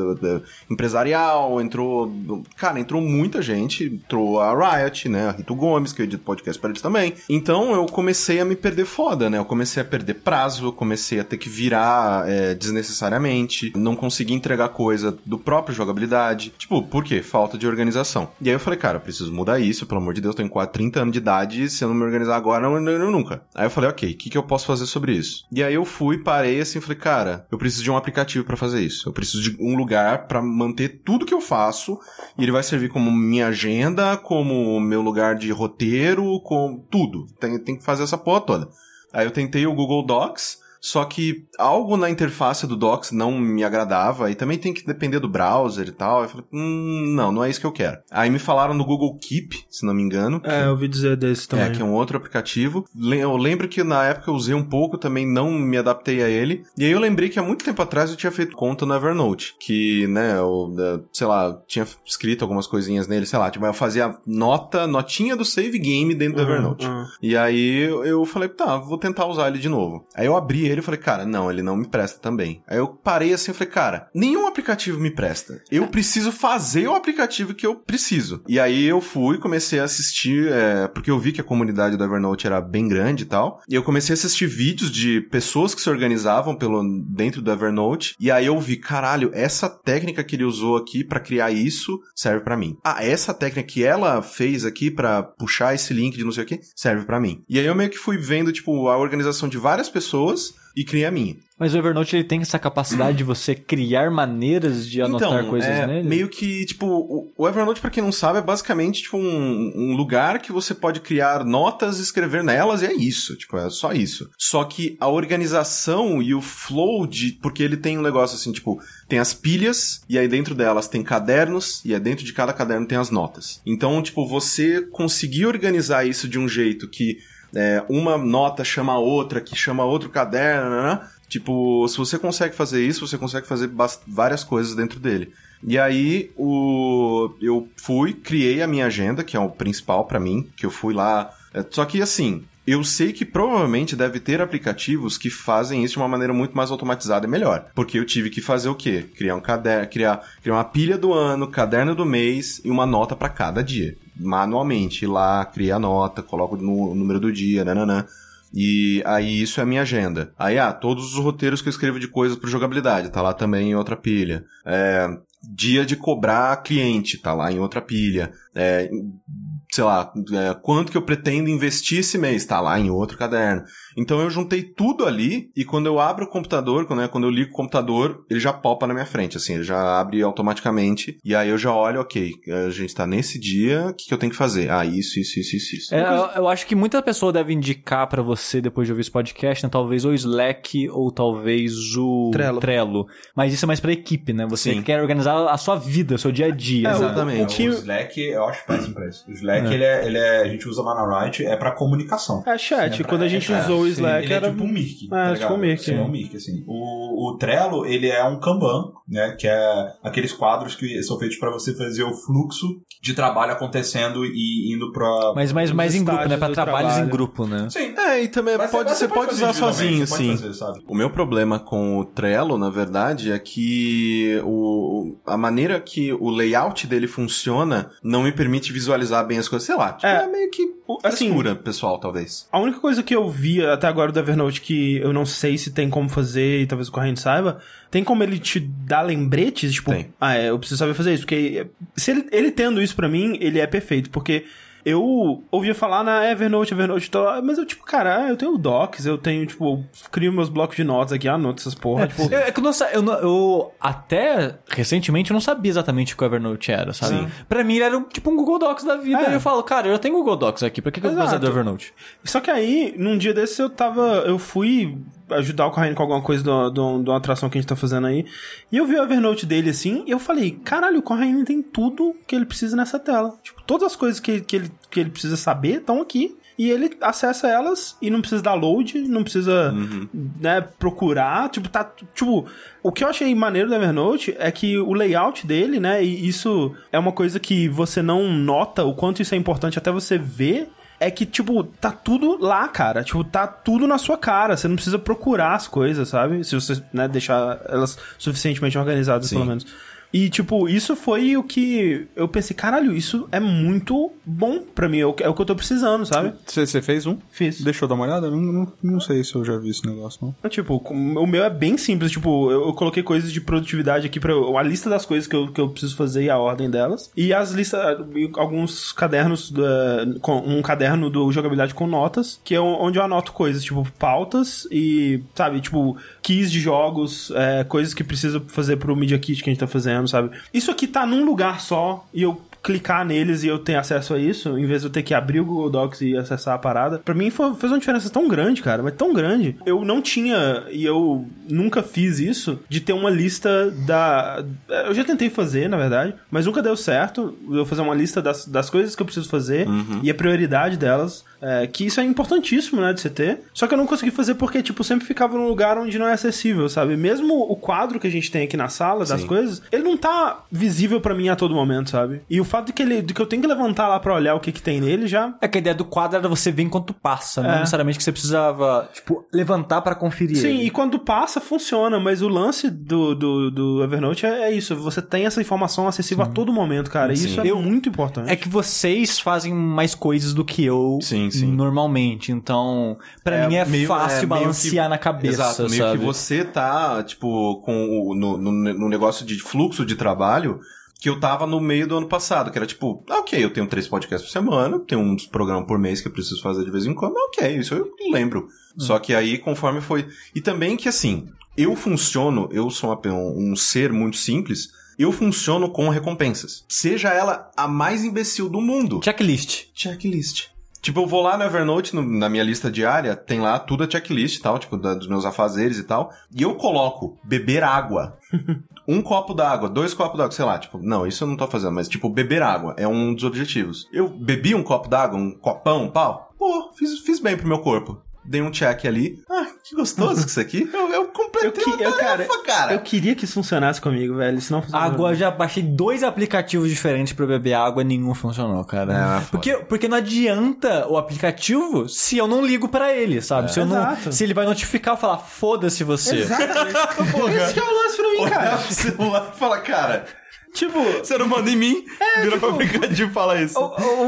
empresarial, entrou muita gente, entrou a Riot, né, a Rito Gomes, que eu edito podcast pra eles também. Então eu comecei a me perder foda, né, eu comecei a perder prazo, eu comecei a ter que virar desnecessariamente, não consegui entregar coisa do próprio Jogabilidade. Tipo, por quê? Falta de organização. E aí eu falei, cara, eu preciso mudar isso, pelo amor de Deus, eu tenho quase 30 anos de idade, se eu não me organizar agora, eu nunca. Aí eu falei, ok, o que eu posso fazer sobre isso? E aí eu parei assim, falei, cara, eu preciso de um aplicativo pra fazer isso. Eu preciso de um lugar pra manter tudo que eu faço, e ele vai servir como minha agenda, como meu lugar de roteiro, com tudo. Tem que fazer essa porra toda. Aí eu tentei o Google Docs, só que algo na interface do Docs não me agradava, e também tem que depender do browser e tal. Eu falei, não é isso que eu quero. Aí me falaram no Google Keep, se não me engano. Eu ouvi dizer desse também. Que é um outro aplicativo. Eu lembro que na época eu usei um pouco, também não me adaptei a ele. E aí eu lembrei que há muito tempo atrás eu tinha feito conta no Evernote, que, né, sei lá, tinha escrito algumas coisinhas nele, sei lá, tipo, eu fazia notinha do save game dentro do Evernote. E aí eu falei, tá, vou tentar usar ele de novo. Aí eu abri ele e falei, cara, não, ele não me presta também. Aí eu parei assim e falei, cara, nenhum aplicativo me presta. Eu preciso fazer o aplicativo que eu preciso. E aí eu comecei a assistir, porque eu vi que a comunidade do Evernote era bem grande e tal, e eu comecei a assistir vídeos de pessoas que se organizavam dentro do Evernote, e aí eu vi, caralho, essa técnica que ele usou aqui pra criar isso serve pra mim. Essa técnica que ela fez aqui pra puxar esse link de não sei o que serve pra mim. E aí eu meio que fui vendo, tipo, a organização de várias pessoas e criei a minha. Mas o Evernote, ele tem essa capacidade de você criar maneiras de anotar coisas nele? Meio que, tipo, o Evernote, pra quem não sabe, é basicamente, tipo, um lugar que você pode criar notas e escrever nelas, e é isso, tipo, é só isso. Só que a organização e o flow porque ele tem um negócio assim, tipo, tem as pilhas, e aí dentro delas tem cadernos, e aí dentro de cada caderno tem as notas. Então, tipo, você conseguir organizar isso de um jeito que uma nota chama a outra, que chama outro caderno, né? Tipo, se você consegue fazer isso, você consegue fazer várias coisas dentro dele. E aí, eu criei a minha agenda, que é o principal pra mim, que eu fui lá... Só que, assim, eu sei que provavelmente deve ter aplicativos que fazem isso de uma maneira muito mais automatizada e melhor. Porque eu tive que fazer o quê? Criar um caderno, criar uma pilha do ano, caderno do mês e uma nota pra cada dia. Manualmente, ir lá, criar a nota, coloco no número do dia, nananã. E aí isso é a minha agenda. Aí, todos os roteiros que eu escrevo de coisas para jogabilidade, tá lá também em outra pilha. Dia de cobrar cliente, tá lá em outra pilha. Sei lá, quanto que eu pretendo investir esse mês, tá lá em outro caderno. Então eu juntei tudo ali, e quando eu abro o computador, quando eu ligo o computador, ele já popa na minha frente, assim, ele já abre automaticamente, e aí eu já olho, ok, a gente tá nesse dia, o que eu tenho que fazer? Isso. Eu acho que muita pessoa deve indicar pra você, depois de ouvir esse podcast, né, talvez o Slack, ou talvez o Trello. Mas isso é mais pra equipe, né? Você quer organizar a sua vida, o seu dia a dia. Exatamente. O Slack, eu acho péssimo pra isso. O Slack, a gente usa lá na Write, é pra comunicação. É chat, quando a gente usou o Slack ele era... tipo um Mirk. tipo um Mirk. É um Mirk, assim. O Trello, ele é um Kanban, né? Que é aqueles quadros que são feitos pra você fazer o fluxo de trabalho acontecendo e indo pra... Mas mais em grupo, né? Pra trabalhos em grupo, né? Sim. E também você pode usar sozinho, sim. Fazer, sabe? O meu problema com o Trello, na verdade, é que a maneira que o layout dele funciona não me permite visualizar bem as coisas. Sei lá, é meio que frescura pessoal, talvez. A única coisa que eu vi até agora do Evernote que eu não sei se tem como fazer e talvez o Corrente saiba, tem como ele te dar lembretes, tipo, tem. Eu preciso saber fazer isso, porque se ele tendo isso pra mim, ele é perfeito, porque eu ouvia falar na Evernote, mas eu, tipo, cara, eu tenho o Docs, eu tenho, tipo, crio meus blocos de notas aqui, anoto essas porra, tipo... Eu até recentemente eu não sabia exatamente o que o Evernote era, sabe? Sim. Pra mim ele era tipo um Google Docs da vida, e eu falo, cara, eu já tenho Google Docs aqui, pra que eu vou fazer do Evernote? Só que aí, num dia desses eu fui ajudar o Corrêa com alguma coisa de uma atração que a gente tá fazendo aí, e eu vi o Evernote dele assim, e eu falei, caralho, o Corrêa tem tudo que ele precisa nessa tela. Tipo, todas as coisas que ele precisa saber estão aqui. E ele acessa elas e não precisa dar load, não precisa, procurar. Tipo, o que eu achei maneiro do Evernote é que o layout dele, né, e isso é uma coisa que você não nota o quanto isso é importante até você ver, é que, tipo, tá tudo lá, cara. Tipo, tá tudo na sua cara. Você não precisa procurar as coisas, sabe? Se você, deixar elas suficientemente organizadas, pelo menos. E, tipo, isso foi o que eu pensei, caralho, isso é muito bom pra mim, é o que eu tô precisando, sabe? Você fez um? Fiz. Deixa eu dar uma olhada? Não sei se eu já vi esse negócio, não. Tipo, o meu é bem simples, tipo, eu coloquei coisas de produtividade aqui pra a lista das coisas que eu preciso fazer e a ordem delas. E as listas, alguns cadernos, um caderno do jogabilidade com notas, que é onde eu anoto coisas, tipo, pautas e, sabe, tipo, keys de jogos, coisas que preciso fazer pro Media Kit que a gente tá fazendo, sabe? Isso aqui tá num lugar só e eu clicar neles e eu ter acesso a isso, em vez de eu ter que abrir o Google Docs e acessar a parada. Pra mim fez uma diferença tão grande, cara, mas tão grande. Eu não tinha, e eu nunca fiz isso, de ter uma lista eu já tentei fazer, na verdade, mas nunca deu certo eu fazer uma lista das coisas que eu preciso fazer e a prioridade delas, que isso é importantíssimo, né, de você ter. Só que eu não consegui fazer porque, tipo, sempre ficava num lugar onde não é acessível, sabe? Mesmo o quadro que a gente tem aqui na sala, das coisas, ele não tá visível pra mim a todo momento, sabe? E o fato de que eu tenho que levantar lá pra olhar o que tem nele já... É que a ideia do quadro era você ver enquanto passa, não necessariamente que você precisava, tipo, levantar pra conferir. Sim, ele. E quando passa, funciona, mas o lance do Evernote é isso, você tem essa informação acessível a todo momento, cara, e isso é muito importante. É que vocês fazem mais coisas do que eu normalmente, então, pra mim é fácil balancear na cabeça, exato, meio sabe? que você tá, tipo, no negócio de fluxo de trabalho, que eu tava no meio do ano passado, que era tipo, ok, eu tenho 3 podcasts por semana, tenho uns programas por mês que eu preciso fazer de vez em quando, ok, isso eu lembro. Só que aí, conforme foi... E também que, assim, eu sou um ser muito simples, eu funciono com recompensas. Seja ela a mais imbecil do mundo. Checklist. Tipo, eu vou lá no Evernote, na minha lista diária, tem lá tudo a checklist e tal, tipo, dos meus afazeres e tal, e eu coloco beber água. 1 copo d'água, 2 copos d'água, sei lá, tipo, não, isso eu não tô fazendo, mas tipo, beber água é um dos objetivos. Eu bebi 1 copo d'água, um copão, pau, pô, fiz bem pro meu corpo. Dei um check ali. Ah, que gostoso isso aqui. Eu completei a tarefa, cara. Eu queria que isso funcionasse comigo, velho. Isso não funciona. Água, eu já baixei 2 aplicativos diferentes pra beber água e nenhum funcionou, cara. Porque não adianta o aplicativo se eu não ligo pra ele, sabe? Se ele vai notificar, eu falar, foda-se você. Exatamente. Esse é o lance pra mim, cara. Olha pro celular e fala, cara... Tipo, você não manda em mim, vira pro aplicativo e fala isso.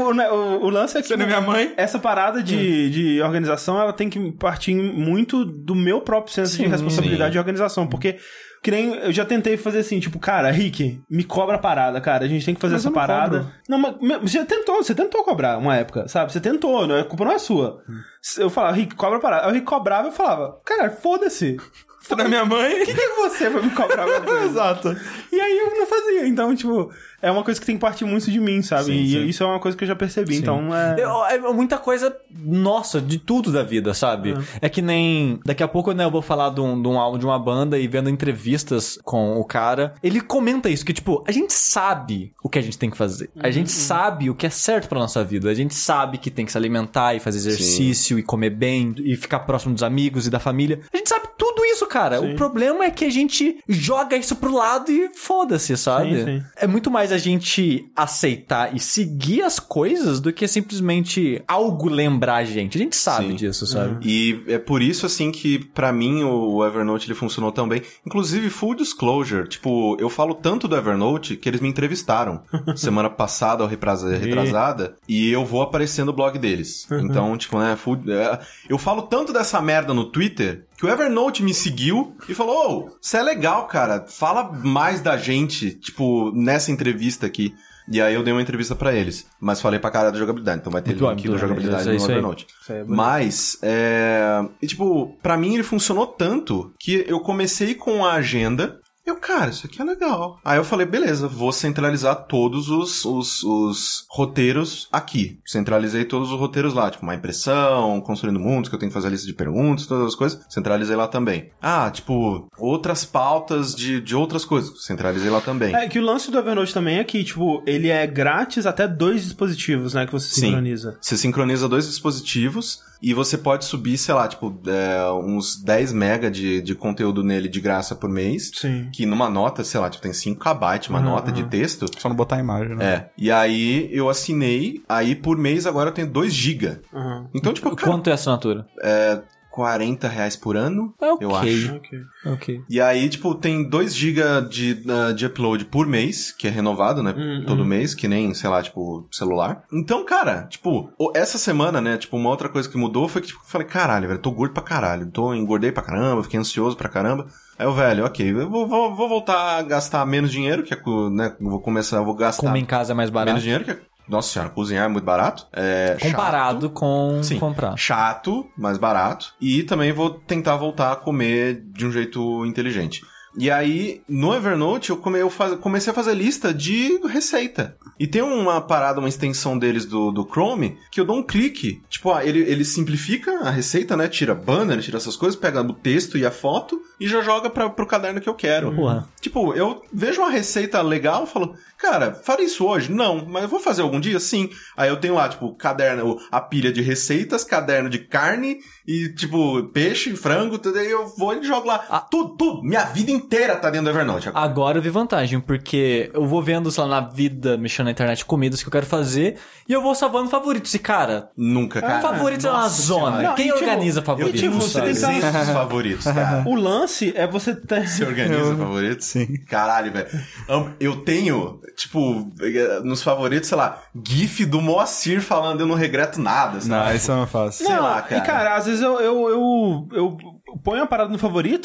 O lance é que... Você não é minha mãe? Essa parada de organização, ela tem que partir muito do meu próprio senso de responsabilidade de organização, porque... Que nem eu já tentei fazer assim, tipo, cara, Rick, me cobra a parada, cara. A gente tem que fazer essa parada. Cobro. Não, mas você tentou cobrar uma época, sabe? Você tentou, a culpa não é sua. Eu falava, Rick, cobra a parada. Aí o Rick cobrava e eu falava, cara, foda-se. Você não é minha mãe? Quem é você pra me cobrar alguma coisa? Exato. E aí eu não fazia. Então, tipo, é uma coisa que tem que partir muito de mim, sabe? Sim. Isso é uma coisa que eu já percebi. Sim. Então, é muita coisa, nossa, de tudo da vida, sabe? É que nem... Daqui a pouco, né, eu vou falar de um álbum de uma banda e vendo entrevistas com o cara. Ele comenta isso, que, tipo, a gente sabe o que a gente tem que fazer. A gente sabe o que é certo pra nossa vida. A gente sabe que tem que se alimentar e fazer exercício e comer bem e ficar próximo dos amigos e da família. A gente sabe tudo isso, cara. Sim. O problema é que a gente joga isso pro lado e foda-se, sabe? Sim. É muito mais a gente aceitar e seguir as coisas do que simplesmente algo lembrar a gente. A gente sabe disso, sabe? E é por isso, assim, que pra mim o Evernote ele funcionou tão bem. Inclusive, full disclosure, tipo, eu falo tanto do Evernote que eles me entrevistaram semana passada ou retrasada e eu vou aparecer no blog deles. Então, tipo, né, eu falo tanto dessa merda no Twitter que o Evernote me seguiu e falou, você é legal, cara, fala mais da gente, tipo, nessa entrevista aqui. E aí eu dei uma entrevista pra eles, mas falei pra cara da jogabilidade, então vai ter link da jogabilidade no Evernote. Mas, e tipo, pra mim ele funcionou tanto que eu comecei com a agenda. Cara, isso aqui é legal. Aí eu falei, beleza, vou centralizar todos os roteiros aqui. Centralizei todos os roteiros lá, tipo, uma impressão, construindo mundos, que eu tenho que fazer a lista de perguntas, todas as coisas. Centralizei lá também. Tipo, outras pautas de outras coisas. Centralizei lá também. É que o lance do Evernote também é que, tipo, ele é grátis até 2 dispositivos, né, que você sincroniza. Sim, você sincroniza 2 dispositivos e você pode subir, sei lá, tipo, uns 10 mega de conteúdo nele de graça por mês. Sim. Que numa nota, sei lá, tipo, tem 5 KB uma nota de texto. Só não botar a imagem, né? E aí eu assinei, aí por mês agora eu tenho 2 GB. Então, tipo, cara, quanto é a assinatura? R$40 por ano, eu acho. Ok. E aí, tipo, tem 2 GB de upload por mês, que é renovado, né? Todo mês, que nem, sei lá, tipo, celular. Então, cara, tipo, essa semana, né? Tipo, uma outra coisa que mudou foi que, tipo, eu falei, caralho, velho, tô gordo pra caralho. Engordei pra caramba, fiquei ansioso pra caramba. Aí eu, velho, ok, eu vou voltar a gastar menos dinheiro, que é, né? Vou gastar... Como em casa é mais barato. Menos dinheiro, que é... Nossa senhora, cozinhar é muito barato. Comparado chato, com sim, comprar. Chato, mais barato. E também vou tentar voltar a comer de um jeito inteligente. E aí, no Evernote, eu comecei a fazer lista de receita. E tem uma parada, uma extensão deles do Chrome, que eu dou um clique. Tipo, ele simplifica a receita, né? Tira banner, tira essas coisas, pega o texto e a foto e já joga pro caderno que eu quero. Tipo, eu vejo uma receita legal e falo, cara, faria isso hoje? Não, mas eu vou fazer algum dia? Sim. Aí eu tenho lá, tipo, caderno, a pilha de receitas, caderno de carne e, tipo, peixe, frango, tudo aí eu vou e jogo lá. Tudo, minha vida inteira tá dentro do Evernote. Agora eu vi vantagem, porque eu vou vendo, sei lá, na vida, mexendo na internet, comidas que eu quero fazer, e eu vou salvando favoritos. E, cara... Nunca, cara. Favoritos é uma zona. Não, quem organiza favoritos? Você tem 200 favoritos, cara. O lance é você ter... Você organiza favoritos? Sim. Caralho, velho. Eu tenho, tipo, nos favoritos, sei lá, gif do Moacir falando eu não regreto nada, sabe? Não, isso é uma fácil. Sei lá, cara. E, cara, às vezes eu ponho a parada no favoritos e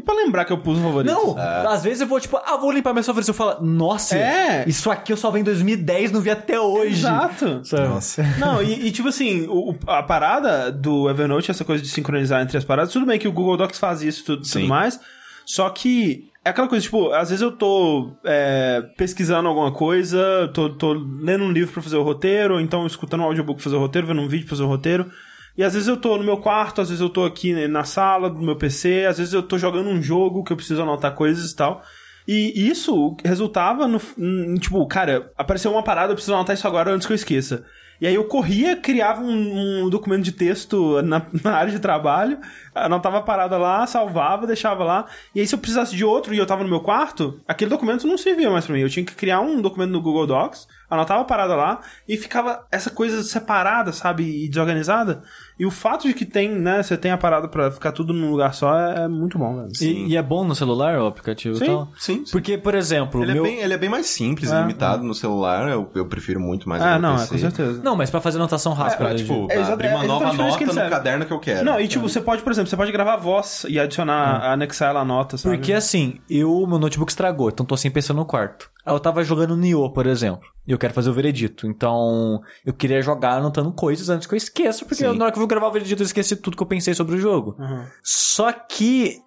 pra lembrar que eu pus o favorito. Não, às vezes eu vou, tipo, vou limpar minha favorita. Eu falo, nossa, isso aqui eu só vi em 2010, não vi até hoje. Exato. Sabe? Nossa. Não, e tipo assim, a parada do Evernote, essa coisa de sincronizar entre as paradas, tudo bem que o Google Docs faz isso tudo mais, só que é aquela coisa, tipo, às vezes eu tô pesquisando alguma coisa, tô lendo um livro pra fazer o roteiro, ou então escutando um audiobook pra fazer o roteiro, vendo um vídeo pra fazer o roteiro, e às vezes eu tô no meu quarto, às vezes eu tô aqui na sala do meu PC, às vezes eu tô jogando um jogo que eu preciso anotar coisas e tal. E isso resultava tipo, cara, apareceu uma parada, eu preciso anotar isso agora antes que eu esqueça. E aí eu corria, criava um documento de texto na área de trabalho, anotava a parada lá, salvava, deixava lá. E aí se eu precisasse de outro e eu tava no meu quarto, aquele documento não servia mais pra mim. Eu tinha que criar um documento no Google Docs, anotava a parada lá e ficava essa coisa separada, sabe, e desorganizada. E o fato de que você tem a parada pra ficar tudo num lugar só é muito bom, velho. E é bom no celular o aplicativo e tal? Sim. Porque, por exemplo... Ele é bem mais simples, limitado no celular. Eu prefiro muito mais no PC. Com certeza. Não, mas pra fazer anotação rápida. Abrir uma nova nota no caderno que eu quero. Não, e tipo, você pode, por exemplo, gravar a voz e adicionar, anexar ela à nota, sabe? Porque assim, meu notebook estragou, então tô sem PC no quarto. Aí eu tava jogando Nioh, por exemplo, e eu quero fazer o veredito. Então, eu queria jogar anotando coisas antes que eu esqueça, porque na hora que eu vou gravar o veredito eu esqueci tudo que eu pensei sobre o jogo. Só que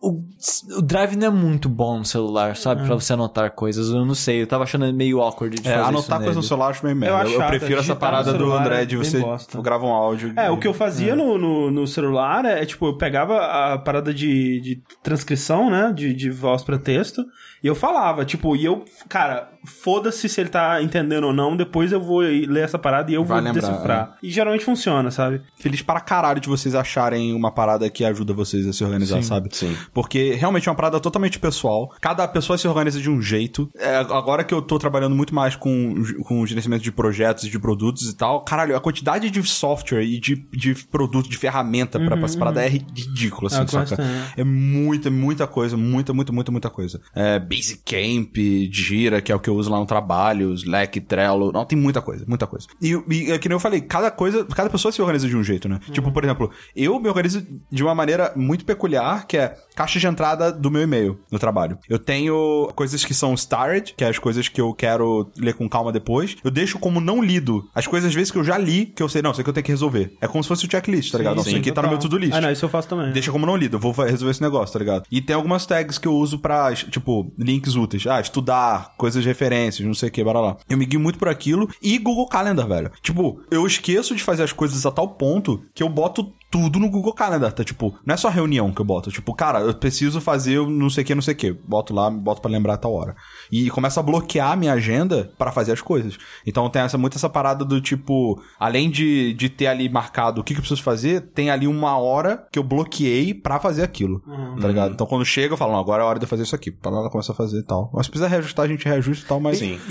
o Drive não é muito bom no celular, sabe? Pra você anotar coisas, eu não sei, eu tava achando meio awkward de fazer anotar coisas no celular eu acho meio merda. Eu prefiro essa parada do André de você grava um áudio. O que eu fazia no celular tipo, eu pegava a parada de transcrição, né, de voz pra texto, e eu falava, tipo, cara, foda-se se ele tá entendendo ou não, depois eu vou ler essa parada e eu vou decifrar. E geralmente funciona, sabe? Feliz para caralho de vocês acharem uma parada que ajuda vocês a se organizar, sabe? Sim. Porque realmente é uma parada totalmente pessoal. Cada pessoa se organiza de um jeito. Agora que eu tô trabalhando muito mais com gerenciamento de projetos e de produtos e tal, caralho, a quantidade de software e de produto, de ferramenta pra essa parada é ridícula, assim, saca? É muita coisa, muita coisa. Basecamp, Jira, que é o que eu uso lá no trabalho, Slack, Trello, não, tem muita coisa. E que nem eu falei, cada pessoa se organiza de um jeito, né? Tipo, por exemplo, eu me organizo de uma maneira muito peculiar, que é caixa de entrada do meu e-mail no trabalho. Eu tenho coisas que são starred, que é as coisas que eu quero ler com calma depois. Eu deixo como não lido as coisas, às vezes, que eu já li, que eu sei, não, isso aqui eu tenho que resolver. É como se fosse o checklist, tá ligado? Não, isso aqui tá no meu to-do list. Não, isso eu faço também. Deixa como não lido, eu vou resolver esse negócio, tá ligado? E tem algumas tags que eu uso pra, tipo, links úteis. Estudar, coisas de referências, não sei o que, bora lá. Eu me guio muito por aquilo. E Google Calendar, velho. Tipo, eu esqueço de fazer as coisas a tal ponto que eu boto tudo no Google Calendar, tá? Tipo, não é só reunião que eu boto. Tipo, cara, eu preciso fazer não sei o que. Boto lá, boto pra lembrar a tal hora. E começa a bloquear a minha agenda pra fazer as coisas. Então tem muito essa parada do tipo, além de ter ali marcado o que eu preciso fazer, tem ali uma hora que eu bloqueei pra fazer aquilo, tá ligado? Então quando chega eu falo, não, agora é a hora de eu fazer isso aqui. Pra ela começa a fazer e tal. Mas se precisar reajustar, a gente reajusta e tal, mas sim.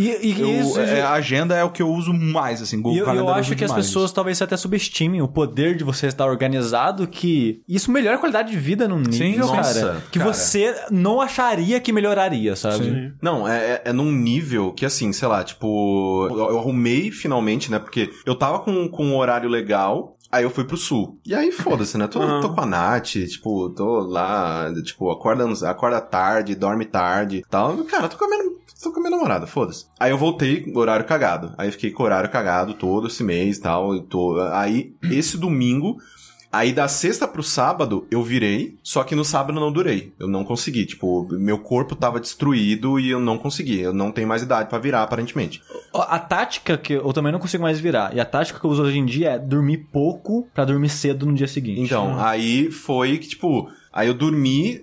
A agenda é o que eu uso mais, assim, Google Calendar. Eu acho que as pessoas talvez até subestimem o poder de você estar organizado, que isso melhora a qualidade de vida num nível, cara, que você não acharia que melhoraria, sabe? Sim. Não, é num nível que, assim, sei lá, tipo, eu arrumei finalmente, né, porque eu tava com um horário legal. Aí eu fui pro sul. E aí, foda-se, né? Tô com a Nath, tipo, tô lá, tipo, acorda tarde, dorme tarde e tal. Cara, tô com a minha namorada, foda-se. Aí eu voltei, horário cagado. Aí fiquei com o horário cagado todo esse mês e tal. Aí, esse domingo... Aí da sexta pro sábado eu virei, só que no sábado eu não durei. Eu não consegui, tipo, meu corpo tava destruído e eu não consegui. Eu não tenho mais idade pra virar, aparentemente. A tática que eu também não consigo mais virar, e a tática que eu uso hoje em dia é dormir pouco pra dormir cedo no dia seguinte. Então, aí foi que, tipo... Aí eu dormi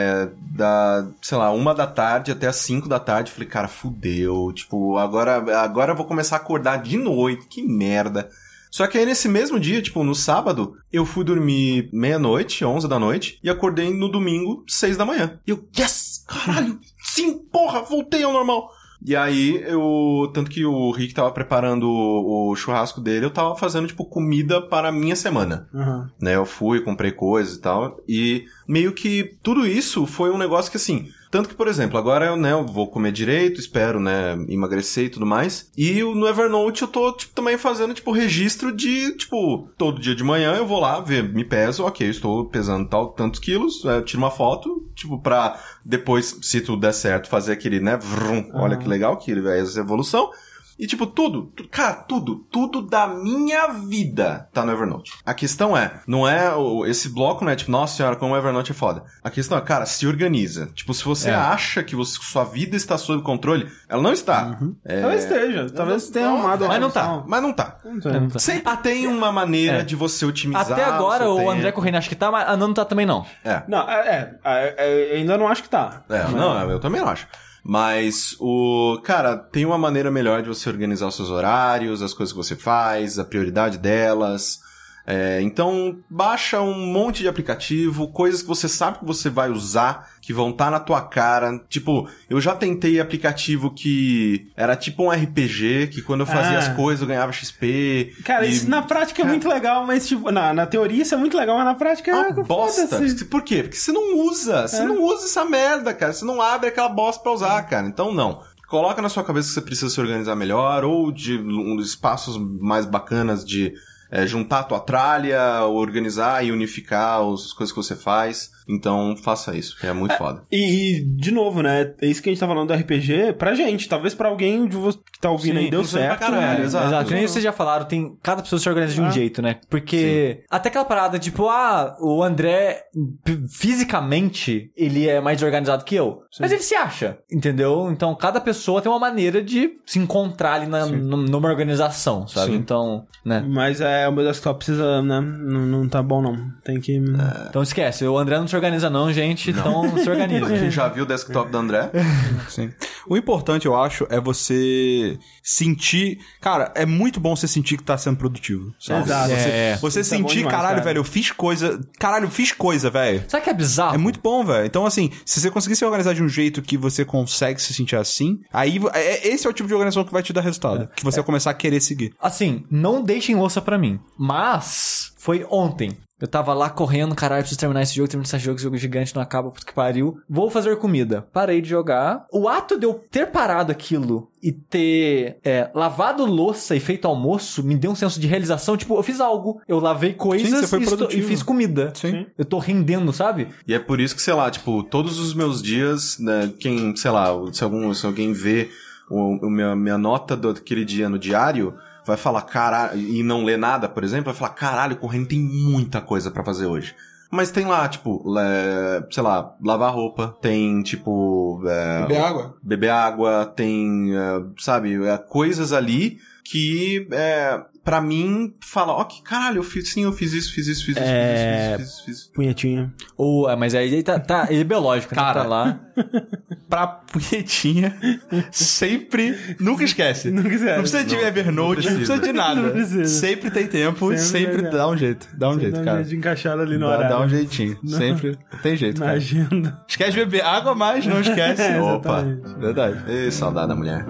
sei lá, 1 da tarde até as 5 da tarde. Falei, cara, fudeu. Tipo, agora eu vou começar a acordar de noite. Que merda. Só que aí nesse mesmo dia, tipo, no sábado, eu fui dormir meia-noite, 11 da noite, e acordei no domingo, 6 da manhã. E eu, yes! Caralho! Sim, porra! Voltei ao normal! E aí, tanto que o Rick tava preparando o churrasco dele, eu tava fazendo, tipo, comida para a minha semana. Né? Eu fui, comprei coisas e tal, e meio que tudo isso foi um negócio que, assim... Tanto que, por exemplo, agora eu vou comer direito, espero, né, emagrecer e tudo mais. E no Evernote eu tô, tipo, também fazendo, tipo, registro de, tipo, todo dia de manhã eu vou lá ver, me peso, ok, eu estou pesando tantos quilos, eu tiro uma foto, tipo, pra depois, se tudo der certo, fazer aquele, né, vrum, olha que legal, que é essa evolução. E, tipo, tudo da minha vida tá no Evernote. A questão não é, esse bloco não é tipo, nossa senhora, como o Evernote é foda. A questão é, cara, se organiza. Tipo, se você acha que sua vida está sob controle, ela não está. Talvez esteja, talvez tenha arrumado. Mas não tá. Mas não tá. Sempre tem uma maneira de você otimizar. Até agora o tempo. André Correia acha que tá, mas a Nana não tá também não. Não, eu ainda não acho que tá. Não, eu também não acho. Mas cara, tem uma maneira melhor de você organizar os seus horários, as coisas que você faz, a prioridade delas. Então, baixa um monte de aplicativo, coisas que você sabe que você vai usar, que vão estar na tua cara. Tipo, eu já tentei aplicativo que era tipo um RPG, que quando eu fazia as coisas eu ganhava XP. Cara, isso na prática é muito legal, mas tipo, na teoria isso é muito legal, mas na prática é uma bosta. Por quê? Porque você não usa. Você não usa essa merda, cara. Você não abre aquela bosta pra usar, cara. Então, não. Coloca na sua cabeça que você precisa se organizar melhor, ou de espaços mais bacanas de juntar a tua tralha, organizar e unificar as coisas que você faz. Então, faça isso, que é muito foda. E, de novo, né? É isso que a gente tá falando do RPG pra gente. Talvez pra alguém que tá ouvindo aí deu certo. Pra caralho, exato. Que nem vocês já falaram, cada pessoa se organiza de um jeito, né? Porque até aquela parada, tipo, o André, fisicamente, ele é mais organizado que eu. Sim. Mas ele se acha, entendeu? Então, cada pessoa tem uma maneira de se encontrar ali numa organização, sabe? Sim. Então, né? Mas o meu desktop precisa, né? Não tá bom, não. Tem que... Então esquece, o André não se organiza não, gente. Então se organiza. Quem já viu o desktop do André? Sim. O importante, eu acho, é você sentir... Cara, é muito bom você sentir que tá sendo produtivo. Sabe? Exato. Você sentir, demais, caralho, cara. Velho, eu fiz coisa... Caralho, eu fiz coisa, velho. Sabe que é bizarro? É muito bom, velho. Então, assim, se você conseguir se organizar de um jeito que você consegue se sentir assim, aí esse é o tipo de organização que vai te dar resultado. Que você vai começar a querer seguir. Assim, não deixem louça pra mim. Mas foi ontem. Eu tava lá correndo, caralho, preciso terminar esse jogo gigante, não acaba, puta que pariu. Vou fazer comida. Parei de jogar. O ato de eu ter parado aquilo e ter lavado louça e feito almoço me deu um senso de realização. Tipo, eu fiz algo. Eu lavei coisas e fiz comida. Sim. Eu tô rendendo, sabe? E é por isso que, sei lá, tipo, todos os meus dias, né, sei lá, se alguém vê minha nota daquele dia no diário... vai falar, caralho, e não lê nada, por exemplo, vai falar, caralho, correndo tem muita coisa pra fazer hoje. Mas tem lá, tipo, sei lá, lavar roupa, tem, tipo... Beber água, tem, sabe, coisas ali que, pra mim, fala, ó, que caralho, eu fiz isso. Punhetinha. Mas aí ele é biológico, cara, né? Tá lá. Pra punhetinha, sempre, nunca esquece. Não precisa de Evernote, não precisa de nada. Sempre tem tempo, sempre dá um jeito. Dá um jeito, cara. De encaixar ali no horário. Dá um jeitinho. Sempre tem jeito, na cara. agenda. Esquece de beber água, mas não esquece. Opa. Verdade. Ei, saudade da mulher.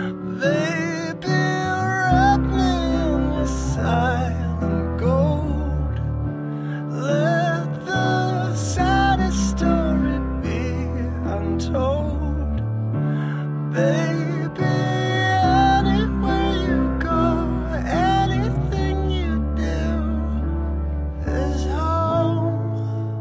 Baby, wrap me in silent gold. Let the saddest story be untold. Baby, anywhere you go, anything you do is home,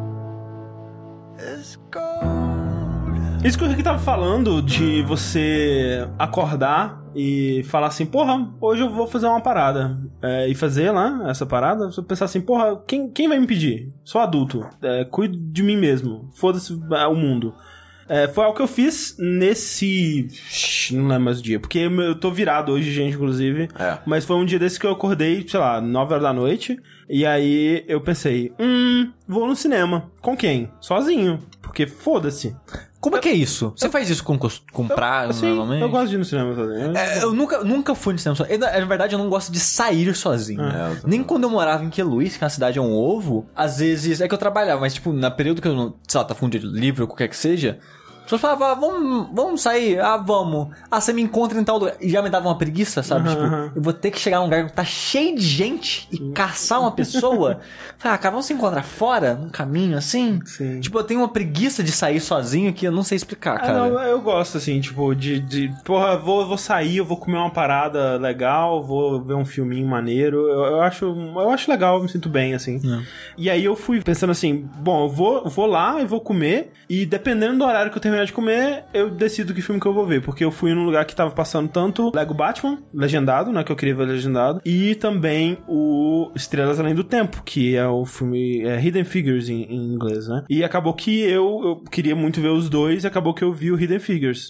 is gold. Isso que o Rick tava falando de você acordar e falar assim, porra, hoje eu vou fazer uma parada. E fazer lá essa parada, você pensar assim, porra, quem vai me impedir? Sou adulto, cuido de mim mesmo, foda-se o mundo. Foi algo que eu fiz nesse... Não lembro mais o dia, porque eu tô virado hoje, gente, inclusive. Mas foi um dia desse que eu acordei, sei lá, 9 horas da noite. E aí eu pensei, vou no cinema. Com quem? Sozinho. Porque foda-se. Como é que é isso? Você faz isso com praia, normalmente? Eu gosto de ir no cinema sozinho. Eu nunca fui no cinema sozinho. Na verdade, eu não gosto de sair sozinho. Nem quando eu morava em Queluz, que a cidade é um ovo, às vezes... É que eu trabalhava, mas tipo, na período que eu, sei lá, tava com um dia livre ou qualquer que seja... pessoas falavam, vamos sair, vamos. Você me encontra em tal lugar. E já me dava uma preguiça, sabe? Tipo, eu vou ter que chegar num lugar que tá cheio de gente e caçar uma pessoa. Cara, vamos se encontrar fora, num caminho assim? Sim. Tipo, eu tenho uma preguiça de sair sozinho que eu não sei explicar, cara. Não, eu gosto, assim, tipo, porra, vou sair, eu vou comer uma parada legal, vou ver um filminho maneiro. Eu acho legal, eu me sinto bem, assim. E aí eu fui pensando assim, bom, eu vou lá e vou comer, e dependendo do horário que eu terminar de comer, eu decido que filme que eu vou ver, porque eu fui num lugar que tava passando tanto Lego Batman, legendado, né, que eu queria ver legendado, e também o Estrelas Além do Tempo, que é o filme Hidden Figures em inglês, né? E acabou que eu queria muito ver os dois, e acabou que eu vi o Hidden Figures.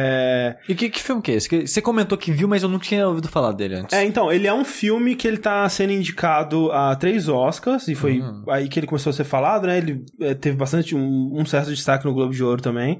E que filme que é esse? Você comentou que viu, mas eu nunca tinha ouvido falar dele antes. Então, ele é um filme que ele tá sendo indicado a 3 Oscars, e foi aí que ele começou a ser falado, né? Ele teve bastante, um certo destaque no Globo de Ouro também.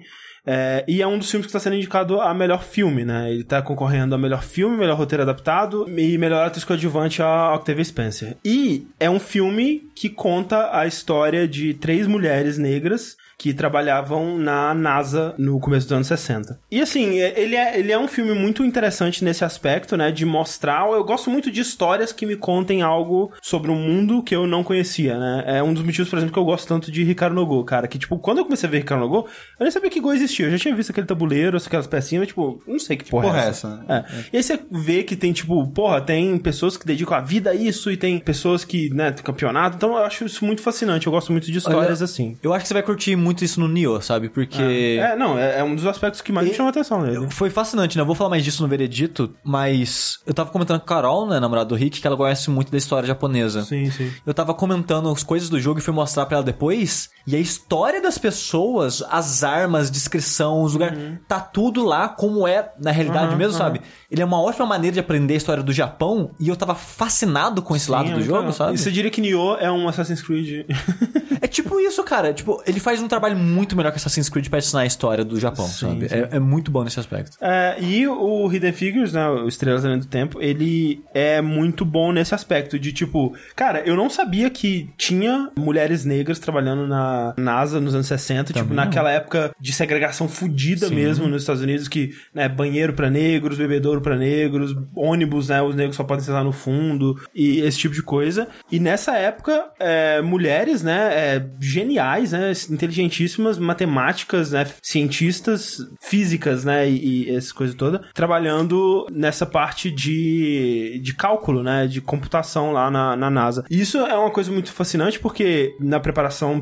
E é um dos filmes que está sendo indicado a melhor filme, né? Ele tá concorrendo a melhor filme, melhor roteiro adaptado e melhor atriz coadjuvante a Octavia Spencer. E é um filme que conta a história de 3 mulheres negras que trabalhavam na NASA no começo dos anos 60. E assim, ele é um filme muito interessante nesse aspecto, né, de mostrar, eu gosto muito de histórias que me contem algo sobre um mundo que eu não conhecia, né, é um dos motivos, por exemplo, que eu gosto tanto de Ricardo Nogô, cara, que tipo, quando eu comecei a ver Ricardo Nogô, eu nem sabia que Go existia, eu já tinha visto aquele tabuleiro, aquelas pecinhas, mas tipo, não sei que porra é essa. Né? E aí você vê que tem tipo, tem pessoas que dedicam a vida a isso, e tem pessoas que, né, tem campeonato, então eu acho isso muito fascinante, eu gosto muito de histórias assim. Eu acho que você vai curtir muito isso no Nioh, sabe? Porque... É um dos aspectos que mais me chama a atenção nele. Foi fascinante, né? Eu vou falar mais disso no veredito, mas eu tava comentando com a Carol, né, namorada do Rick, que ela conhece muito da história japonesa. Sim. Eu tava comentando as coisas do jogo e fui mostrar pra ela depois, e a história das pessoas, as armas, descrição, os lugares, tá tudo lá como é na realidade mesmo, sabe? Ele é uma ótima maneira de aprender a história do Japão, e eu tava fascinado com esse lado do jogo, sabe? E você diria que Nioh é um Assassin's Creed? É tipo isso, cara. Tipo, ele faz um trabalho muito melhor que Assassin's Creed pra ensinar a história do Japão, sabe? É muito bom nesse aspecto. E o Hidden Figures, né, o Estrelas Além do Tempo, ele é muito bom nesse aspecto de, tipo, cara, eu não sabia que tinha mulheres negras trabalhando na NASA nos anos 60, também tipo, naquela época de segregação fudida mesmo nos Estados Unidos, que, né, banheiro pra negros, bebedouro pra negros, ônibus, né, os negros só podem sentar no fundo, e esse tipo de coisa. E nessa época, mulheres, né, geniais, né, inteligentíssimas, matemáticas, né, cientistas, físicas, né, e essa coisa toda, trabalhando nessa parte de cálculo, né, de computação lá na NASA. E isso é uma coisa muito fascinante porque na preparação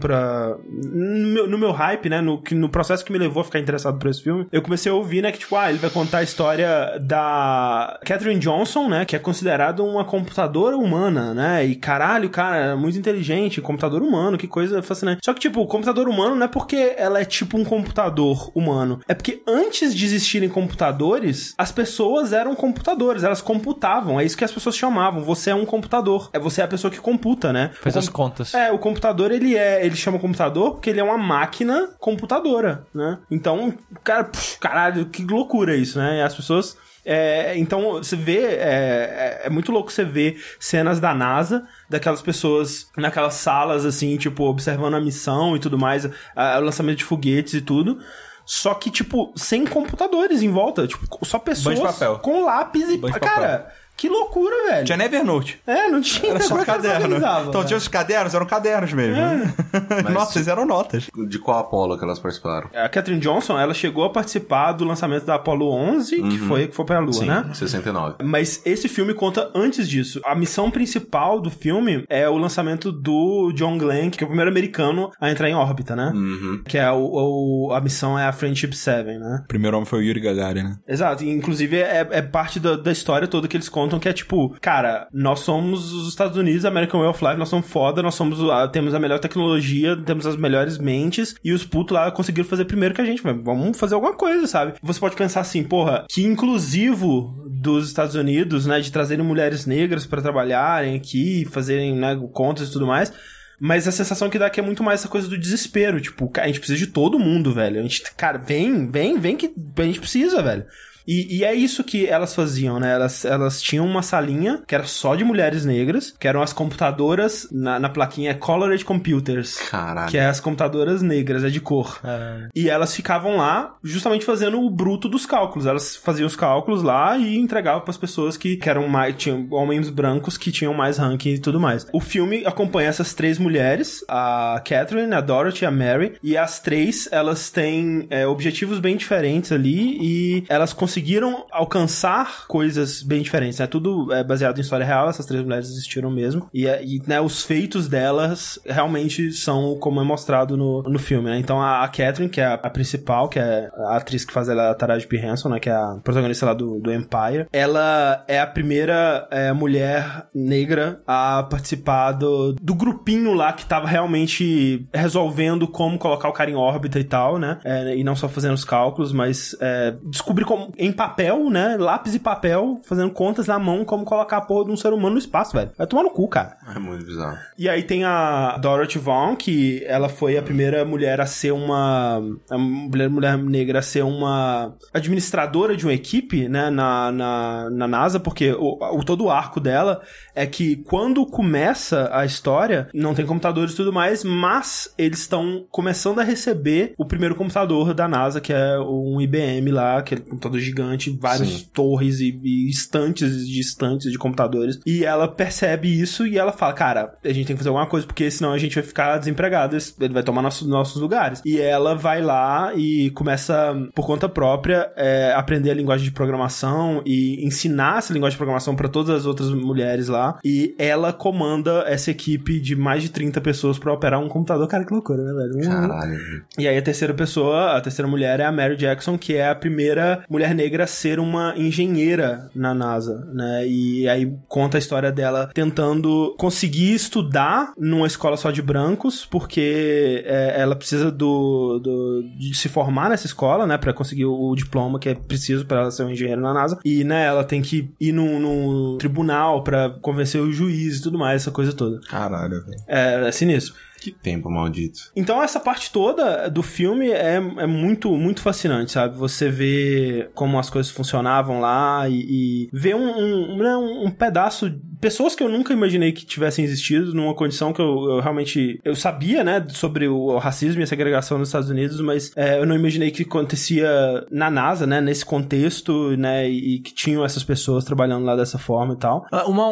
no meu hype, né, no processo que me levou a ficar interessado por esse filme, eu comecei a ouvir, né, que tipo, ele vai contar a história da Katherine Johnson, né, que é considerada uma computadora humana, né, e caralho, cara, é muito inteligente, computador humano, que coisa fascinante. Só que, tipo, o computador humano não é porque ela é tipo um computador humano, é porque antes de existirem computadores, as pessoas eram computadores, elas computavam, é isso que as pessoas chamavam, você é um computador, você é a pessoa que computa, né? Faz as contas. O computador, ele chama computador porque ele é uma máquina computadora, né? Então, cara, caralho, que loucura isso, né? E as pessoas... então você vê, é muito louco você ver cenas da NASA, daquelas pessoas naquelas salas assim, tipo, observando a missão e tudo mais, o lançamento de foguetes e tudo, só que tipo, sem computadores em volta, tipo, só pessoas com lápis e... Cara, que loucura, velho. Tinha Evernote. Não tinha. Era só caderno. Então velho. tinha os cadernos, eram cadernos mesmo. Notas, eram notas. De qual Apollo que elas participaram? A Katherine Johnson, ela chegou a participar do lançamento da Apollo 11, que foi pra Lua, sim, né? 69. Mas esse filme conta antes disso. A missão principal do filme é o lançamento do John Glenn, que é o primeiro americano a entrar em órbita, né? Que é a missão é a Friendship 7, né? O primeiro homem foi o Yuri Gagarin, né? Exato. E, inclusive, é parte da história toda que eles contam, que é tipo, cara, nós somos os Estados Unidos, American Way of Life, nós somos foda, temos a melhor tecnologia, temos as melhores mentes, e os putos lá conseguiram fazer primeiro que a gente, vamos fazer alguma coisa, sabe? Você pode pensar assim, porra, que inclusivo dos Estados Unidos, né, de trazerem mulheres negras pra trabalharem aqui, fazerem, né, contas e tudo mais. Mas a sensação que dá aqui é muito mais essa coisa do desespero. Tipo, a gente precisa de todo mundo, velho. A gente, cara, vem que a gente precisa, velho. E é isso que elas faziam, né? Elas tinham uma salinha que era só de mulheres negras, que eram as computadoras, na plaquinha Colored Computers. Caralho. Que é as computadoras negras, é de cor. Caralho. E elas ficavam lá justamente fazendo o bruto dos cálculos. Elas faziam os cálculos lá e entregavam pras pessoas que eram mais... Tinham homens brancos que tinham mais ranking e tudo mais. O filme acompanha essas 3 mulheres, a Catherine, a Dorothy e a Mary, e as 3, elas têm objetivos bem diferentes ali e elas conseguiram alcançar coisas bem diferentes, né? Tudo é baseado em história real, essas 3 mulheres existiram mesmo, e né, os feitos delas realmente são como é mostrado no filme, né? Então a Catherine, que é a principal, que é a atriz que faz ela, a Taraji P. Henson, né? Que é a protagonista lá do Empire, ela é a primeira mulher negra a participar do grupinho lá que tava realmente resolvendo como colocar o cara em órbita e tal, né? E não só fazendo os cálculos, mas descobrir como, em papel, né? Lápis e papel, fazendo contas na mão, como colocar a porra de um ser humano no espaço, velho. Vai tomar no cu, cara. É muito bizarro. E aí tem a Dorothy Vaughan, que ela foi a primeira mulher a ser mulher negra a ser uma administradora de uma equipe, né? Na NASA, porque todo o arco dela é que quando começa a história, não tem computadores e tudo mais, mas eles estão começando a receber o primeiro computador da NASA, que é um IBM lá, aquele computador gigante, várias torres e estantes de computadores. E ela percebe isso e ela fala, cara, a gente tem que fazer alguma coisa, porque senão a gente vai ficar desempregado, ele vai tomar nossos lugares. E ela vai lá e começa, por conta própria, aprender a linguagem de programação e ensinar essa linguagem de programação para todas as outras mulheres lá. E ela comanda essa equipe de mais de 30 pessoas pra operar um computador. Cara, que loucura, né, velho? Caralho. E aí a terceira mulher é a Mary Jackson, que é a primeira mulher negra a ser uma engenheira na NASA, né? E aí conta a história dela tentando conseguir estudar numa escola só de brancos, porque ela precisa de se formar nessa escola, né? Pra conseguir o diploma que é preciso pra ela ser uma engenheira na NASA. E, né, ela tem que ir no tribunal pra convencer o juiz e tudo mais, essa coisa toda. Caralho, velho. É sinistro. Que tempo maldito. Então essa parte toda do filme é muito, muito fascinante, sabe? Você vê como as coisas funcionavam lá e ver um pedaço... Pessoas que eu nunca imaginei que tivessem existido numa condição que eu realmente... Eu sabia, né, sobre o racismo e a segregação nos Estados Unidos, mas eu não imaginei que acontecia na NASA, né, nesse contexto, né, e que tinham essas pessoas trabalhando lá dessa forma e tal.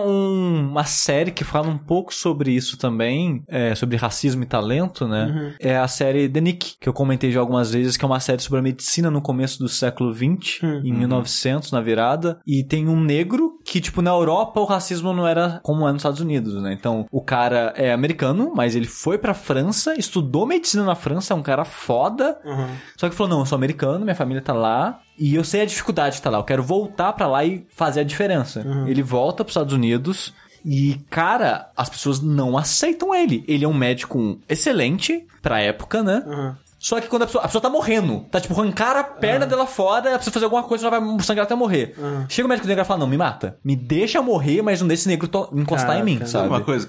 Uma série que fala um pouco sobre isso também, sobre racismo e talento, né, é a série The Nick, que eu comentei já algumas vezes, que é uma série sobre a medicina no começo do século XX, em 1900, na virada, e tem um negro que, tipo, na Europa o racismo não era como é nos Estados Unidos, né? Então, o cara é americano, mas ele foi pra França, estudou medicina na França, é um cara foda, só que falou, não, eu sou americano, minha família tá lá, e eu sei a dificuldade que tá lá, eu quero voltar pra lá e fazer a diferença. Ele volta pros Estados Unidos e, cara, as pessoas não aceitam ele. Ele é um médico excelente pra época, né? Só que quando a pessoa tá morrendo, tá tipo, arrancar a perna dela fora, ela precisa fazer alguma coisa, ela vai sangrar até morrer. Chega o médico negro e fala, não, me mata. Me deixa morrer, mas não deixa esse negro encostar em mim, sabe? Uma coisa,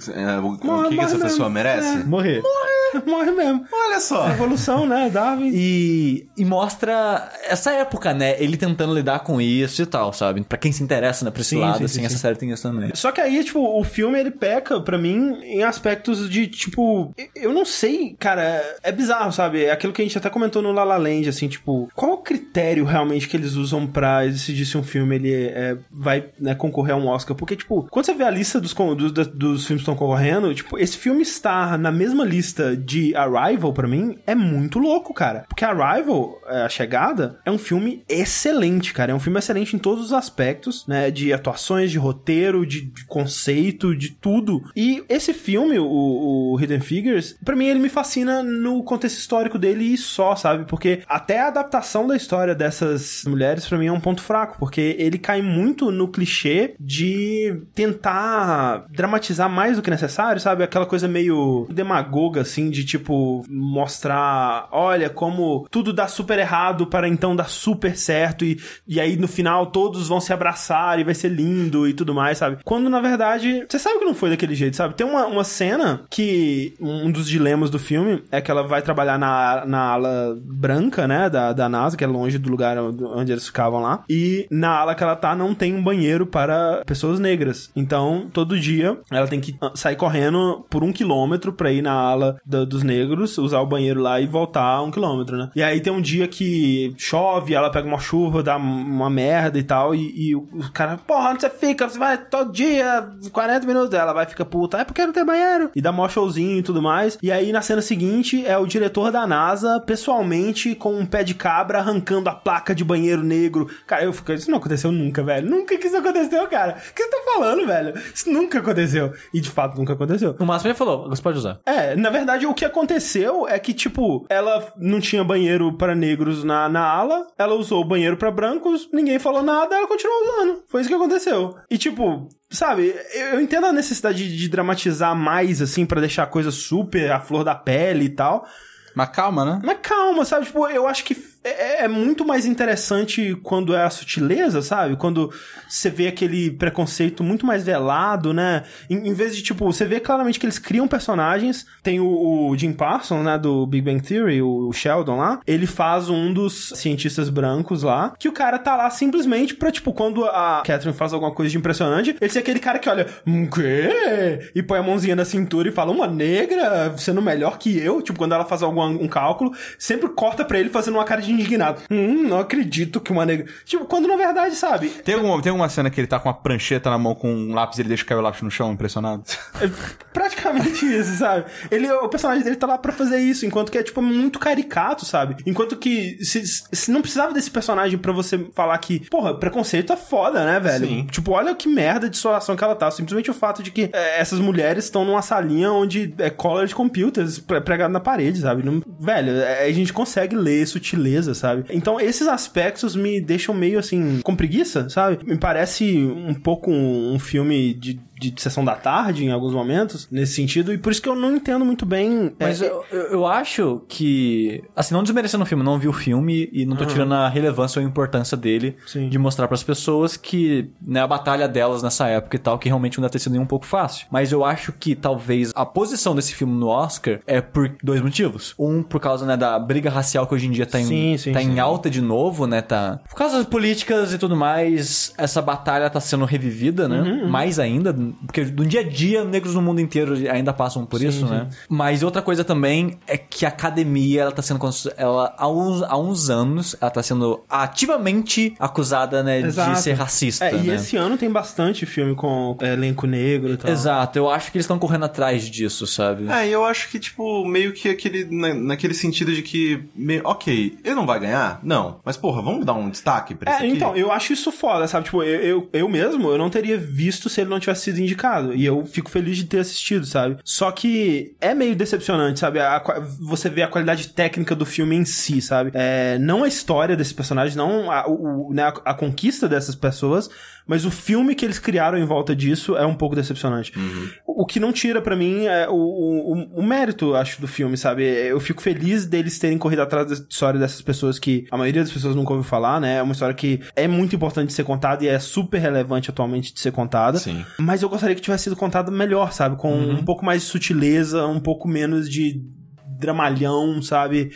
o que essa pessoa merece? Morrer. Morre mesmo. Olha só. Evolução, né? Darwin. E mostra essa época, né? Ele tentando lidar com isso e tal, sabe? Pra quem se interessa, né, pra esse lado, assim, essa série tem isso também. Só que aí, tipo, o filme, ele peca, pra mim, em aspectos de, tipo... Eu não sei, cara, é bizarro, sabe? É aquilo que a gente até comentou no La La Land, assim, tipo... Qual o critério, realmente, que eles usam pra decidir se um filme, ele vai, né, concorrer a um Oscar? Porque, tipo, quando você vê a lista dos filmes que estão concorrendo, tipo, esse filme estar na mesma lista de Arrival, pra mim, é muito louco, cara. Porque Arrival, A Chegada, é um filme excelente, cara. É um filme excelente em todos os aspectos, né? De atuações, de roteiro, de conceito, de tudo. E esse filme, o Hidden Figures, pra mim, ele me fascina no contexto histórico dele e só, sabe? Porque até a adaptação da história dessas mulheres, pra mim, é um ponto fraco. Porque ele cai muito no clichê de tentar dramatizar mais do que necessário, sabe? Aquela coisa meio demagoga, assim, de tipo, mostrar, olha, como tudo dá super errado para então dar super certo e aí no final todos vão se abraçar e vai ser lindo e tudo mais, sabe? Quando na verdade, você sabe que não foi daquele jeito, sabe? Tem uma cena que um dos dilemas do filme é que ela vai trabalhar na ala branca, né, da NASA, que é longe do lugar onde eles ficavam lá. E na ala que ela tá, não tem um banheiro para pessoas negras. Então, todo dia, ela tem que sair correndo por 1 quilômetro pra ir na ala dos negros, usar o banheiro lá e voltar 1 quilômetro, né? E aí tem um dia que chove, ela pega uma chuva, dá uma merda e tal, e o cara, porra, onde você fica? Você vai todo dia, 40 minutos dela, vai ficar puta, é porque não tem banheiro. E dá mó showzinho e tudo mais. E aí, na cena seguinte, é o diretor da NASA, pessoalmente, com um pé de cabra, arrancando a placa de banheiro negro. Cara, eu fico, isso não aconteceu nunca, velho. Nunca que isso aconteceu, cara. O que você tá falando, velho? Isso nunca aconteceu. E, de fato, nunca aconteceu. No máximo ele falou, você pode usar. Na verdade, o que aconteceu é que, tipo, ela não tinha banheiro para negros na ala, ela usou o banheiro para brancos, ninguém falou nada, ela continuou usando. Foi isso que aconteceu. E, tipo... Sabe, eu entendo a necessidade de dramatizar mais, assim, pra deixar a coisa super à flor da pele e tal. Mas calma, né? Mas calma, sabe? Tipo, eu acho que é muito mais interessante quando é a sutileza, sabe? Quando você vê aquele preconceito muito mais velado, né? Em vez de, tipo, você vê claramente que eles criam personagens. Tem o Jim Parsons, né? Do Big Bang Theory, o Sheldon lá. Ele faz um dos cientistas brancos lá, que o cara tá lá simplesmente pra, tipo, quando a Catherine faz alguma coisa de impressionante, ele ser aquele cara que olha, quê? E põe a mãozinha na cintura e fala, uma negra sendo melhor que eu? Tipo, quando ela faz um cálculo, sempre corta pra ele fazendo uma cara de indignado. Não acredito que uma negra... Tipo, quando na verdade, sabe? Tem alguma cena que ele tá com uma prancheta na mão com um lápis e ele deixa cair o lápis no chão, impressionado? É praticamente isso, sabe? O personagem dele tá lá pra fazer isso, enquanto que é, tipo, muito caricato, sabe? Enquanto que se não precisava desse personagem pra você falar que, porra, preconceito é foda, né, velho? Sim. Tipo, olha que merda de situação que ela tá. Simplesmente o fato de que essas mulheres estão numa salinha onde é cola de computers pregado na parede, sabe? Velho, a gente consegue ler sutileza, sabe? Então, esses aspectos me deixam meio, assim, com preguiça, sabe? Me parece um pouco um filme de sessão da tarde, em alguns momentos, nesse sentido, e por isso que eu não entendo muito bem... Mas eu acho que... Assim, não desmerecendo o filme, não vi o filme e não tô tirando a relevância ou a importância dele. Sim. De mostrar pras pessoas que, né, a batalha delas nessa época e tal, que realmente não deve ter sido nem um pouco fácil. Mas eu acho que talvez a posição desse filme no Oscar é por 2 motivos. Um, por causa, né, da briga racial que hoje em dia tá em alta de novo, né, tá... Por causa das políticas e tudo mais, essa batalha tá sendo revivida, né, mais ainda, porque no dia a dia, negros no mundo inteiro ainda passam por isso, né. Mas outra coisa também é que a academia, ela tá sendo... Ela, há uns anos, ela tá sendo ativamente acusada, né, de ser racista, E né? esse ano tem bastante filme com elenco negro e tal. Exato, eu acho que eles estão correndo atrás disso, sabe? E eu acho que, tipo, meio que naquele sentido de que, ok, ele não vai ganhar? Não. Mas, porra, vamos dar um destaque pra isso aqui? Então, eu acho isso foda, sabe? Tipo, eu mesmo, eu não teria visto se ele não tivesse sido indicado. E eu fico feliz de ter assistido, sabe? Só que é meio decepcionante, sabe? Você vê a qualidade técnica do filme em si, sabe? Não a história desses personagens, não a conquista dessas pessoas, mas o filme que eles criaram em volta disso é um pouco decepcionante. O que não tira pra mim é o mérito, acho, do filme, sabe? Eu fico feliz deles terem corrido atrás da história dessas pessoas que a maioria das pessoas nunca ouviu falar, né? É uma história que é muito importante de ser contada e é super relevante atualmente de ser contada. Sim. Mas eu gostaria que tivesse sido contada melhor, sabe? Com um pouco mais de sutileza, um pouco menos de dramalhão, sabe?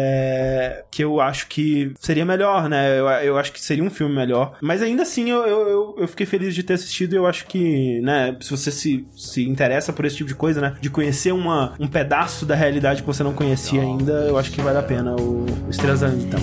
Que eu acho que seria melhor, né? Eu acho que seria um filme melhor. Mas ainda assim, eu fiquei feliz de ter assistido e eu acho que, né? Se você se interessa por esse tipo de coisa, né? De conhecer um pedaço da realidade que você não conhecia ainda, eu acho que vale a pena o Estrelas da então.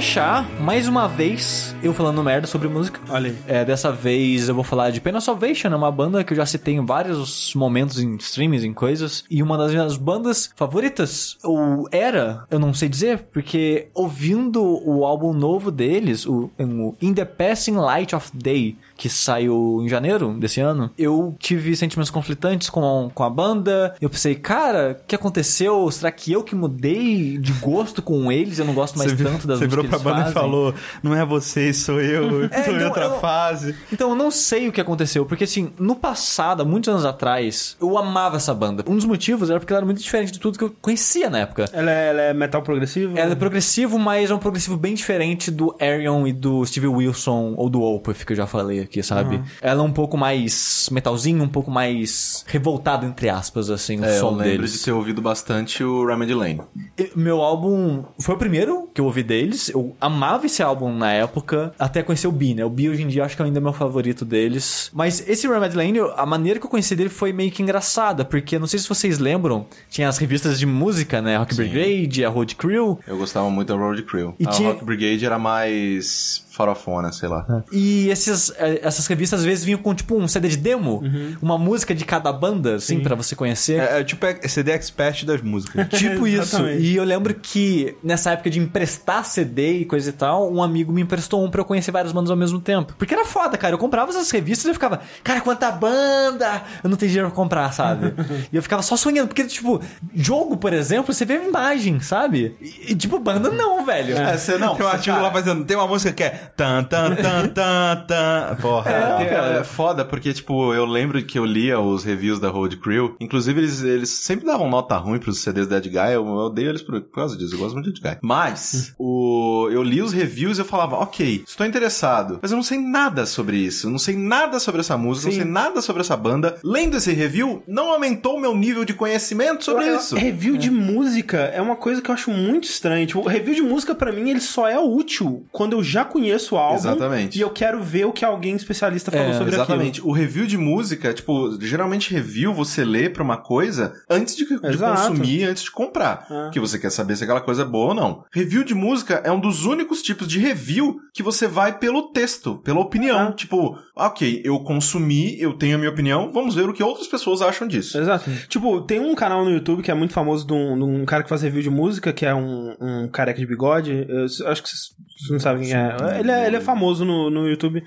fechar, mais uma vez, eu falando merda sobre música. Olha aí. Dessa vez eu vou falar de Pain of Salvation, é uma banda que eu já citei em vários momentos em streams, em coisas. E uma das minhas bandas favoritas, ou era, eu não sei dizer, porque ouvindo o álbum novo deles, o In the Passing Light of Day, que saiu em janeiro desse ano, eu tive sentimentos conflitantes com a banda. Eu pensei, cara, o que aconteceu? Será que eu que mudei de gosto com eles? Eu não gosto mais tanto das músicas que eles fazem. Você virou pra banda e falou, não é vocês, sou eu, tô em outra fase. Então eu não sei o que aconteceu, porque assim, no passado, há muitos anos atrás, eu amava essa banda. Um dos motivos era porque ela era muito diferente de tudo que eu conhecia na época. Ela é metal progressivo? Ela é progressivo, mas é um progressivo bem diferente do Ayreon e do Steve Wilson ou do Opeth, que eu já falei aqui, sabe? Ela é um pouco mais metalzinho, um pouco mais revoltado, entre aspas, assim, o som deles. Eu lembro de ter ouvido bastante o Remedy Lane. Meu álbum foi o primeiro que eu ouvi deles. Eu amava esse álbum na época, até conhecer o Bi, né? O Bi hoje em dia acho que ainda é meu favorito deles. Mas esse Remedy Lane, a maneira que eu conheci dele foi meio que engraçada, porque não sei se vocês lembram, tinha as revistas de música, né? Rock Brigade, a Road Crew. Eu gostava muito da Road Crew. A Rock Brigade era mais farofona, sei lá. E essas revistas às vezes vinham com tipo um CD de demo, uma música de cada banda, assim, pra você conhecer. É tipo CD Expert das músicas. Tipo isso. E eu lembro que nessa época de emprestar CD e coisa e tal, um amigo me emprestou um pra eu conhecer várias bandas ao mesmo tempo. Porque era foda, cara. Eu comprava essas revistas e eu ficava, cara, quanta banda! Eu não tenho dinheiro pra comprar, sabe? E eu ficava só sonhando. Porque, tipo, jogo, por exemplo, você vê a imagem, sabe? E tipo, banda não, velho. Você não. Tem um artigo lá fazendo, tem uma música que é tan, tan, tan, tan, tan. Porra. É foda, porque, tipo, eu lembro que eu lia os reviews da Road Crew. Inclusive, eles sempre davam nota ruim pros CDs da Ed Guy. Eu odeio eles por causa disso. Eu gosto muito de Ed Guy. Mas, eu li os reviews e eu falava, ok, estou interessado. Mas eu não sei nada sobre isso. Eu não sei nada sobre essa música. Não sei nada sobre essa banda. Lendo esse review, não aumentou o meu nível de conhecimento sobre isso. Review de música é uma coisa que eu acho muito estranha. Tipo, review de música, pra mim, ele só é útil quando eu já conheço o álbum. Exatamente. E eu quero ver o que alguém especialista falou sobre aquilo. Exatamente. O review de música, tipo, geralmente review você lê pra uma coisa antes de consumir, antes de comprar. Porque você quer saber se aquela coisa é boa ou não. Review de música é um dos únicos tipos de review que você vai pelo texto, pela opinião. Tipo, ok, eu consumi, eu tenho a minha opinião, vamos ver o que outras pessoas acham disso. Exato. Tipo, tem um canal no YouTube que é muito famoso de um cara que faz review de música, que é um careca de bigode. Eu acho que vocês não sabem quem é. Ele é famoso no YouTube.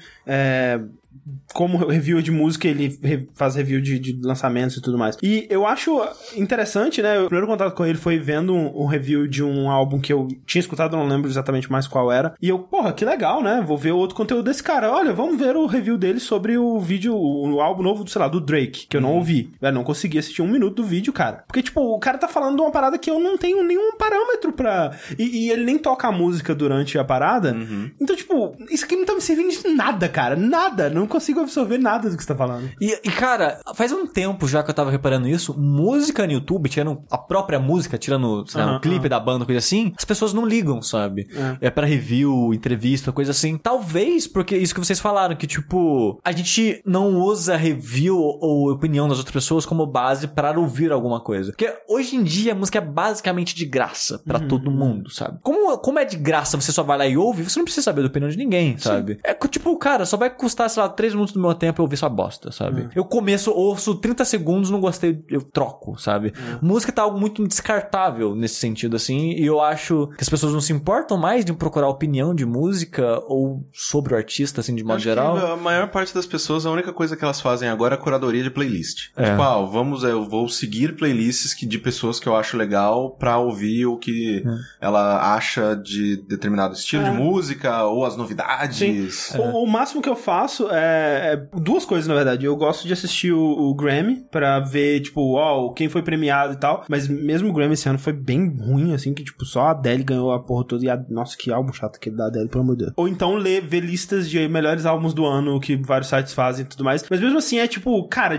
Como review de música, ele faz review de lançamentos e tudo mais. E eu acho interessante, né? O primeiro contato com ele foi vendo um review de um álbum que eu tinha escutado, não lembro exatamente mais qual era. E eu, porra, que legal, né? Vou ver outro conteúdo desse cara. Olha, vamos ver o review dele sobre o vídeo, o álbum novo, sei lá, do Drake, que eu não ouvi. Eu não consegui assistir 1 minuto do vídeo, cara. Porque, tipo, o cara tá falando de uma parada que eu não tenho nenhum parâmetro pra... E ele nem toca a música durante a parada. Então, tipo, isso aqui não tá me servindo de nada, cara. Nada. Não consigo absorver nada do que você tá falando. E, cara, faz um tempo já que eu tava reparando isso, música no YouTube, tirando a própria música, tirando, sei lá, um clipe da banda, coisa assim, as pessoas não ligam, sabe? É pra review, entrevista, coisa assim. Talvez porque isso que vocês falaram, que tipo, a gente não usa review ou opinião das outras pessoas como base para ouvir alguma coisa. Porque hoje em dia a música é basicamente de graça pra todo mundo, sabe? Como é de graça, você só vai lá e ouve, você não precisa saber da opinião de ninguém, sabe? Sim. É tipo, cara, só vai custar, sei lá, 3 minutos do meu tempo eu ouvir sua bosta, sabe? Eu ouço 30 segundos, não gostei, eu troco, sabe? Música tá algo muito descartável nesse sentido, assim, e eu acho que as pessoas não se importam mais de procurar opinião de música ou sobre o artista, assim, de modo geral. A maior parte das pessoas, a única coisa que elas fazem agora é a curadoria de playlist. Tipo, eu vou seguir playlists de pessoas que eu acho legal pra ouvir o que ela acha de determinado estilo de música ou as novidades. O máximo que eu faço é duas coisas, na verdade. Eu gosto de assistir o Grammy pra ver, tipo, quem foi premiado e tal. Mas mesmo o Grammy esse ano foi bem ruim, assim, que, tipo, só a Adele ganhou a porra toda. E nossa, que álbum chato aquele da Adele, pelo amor de Deus. Ou então ver listas de melhores álbuns do ano que vários sites fazem e tudo mais. Mas mesmo assim, é tipo, cara, de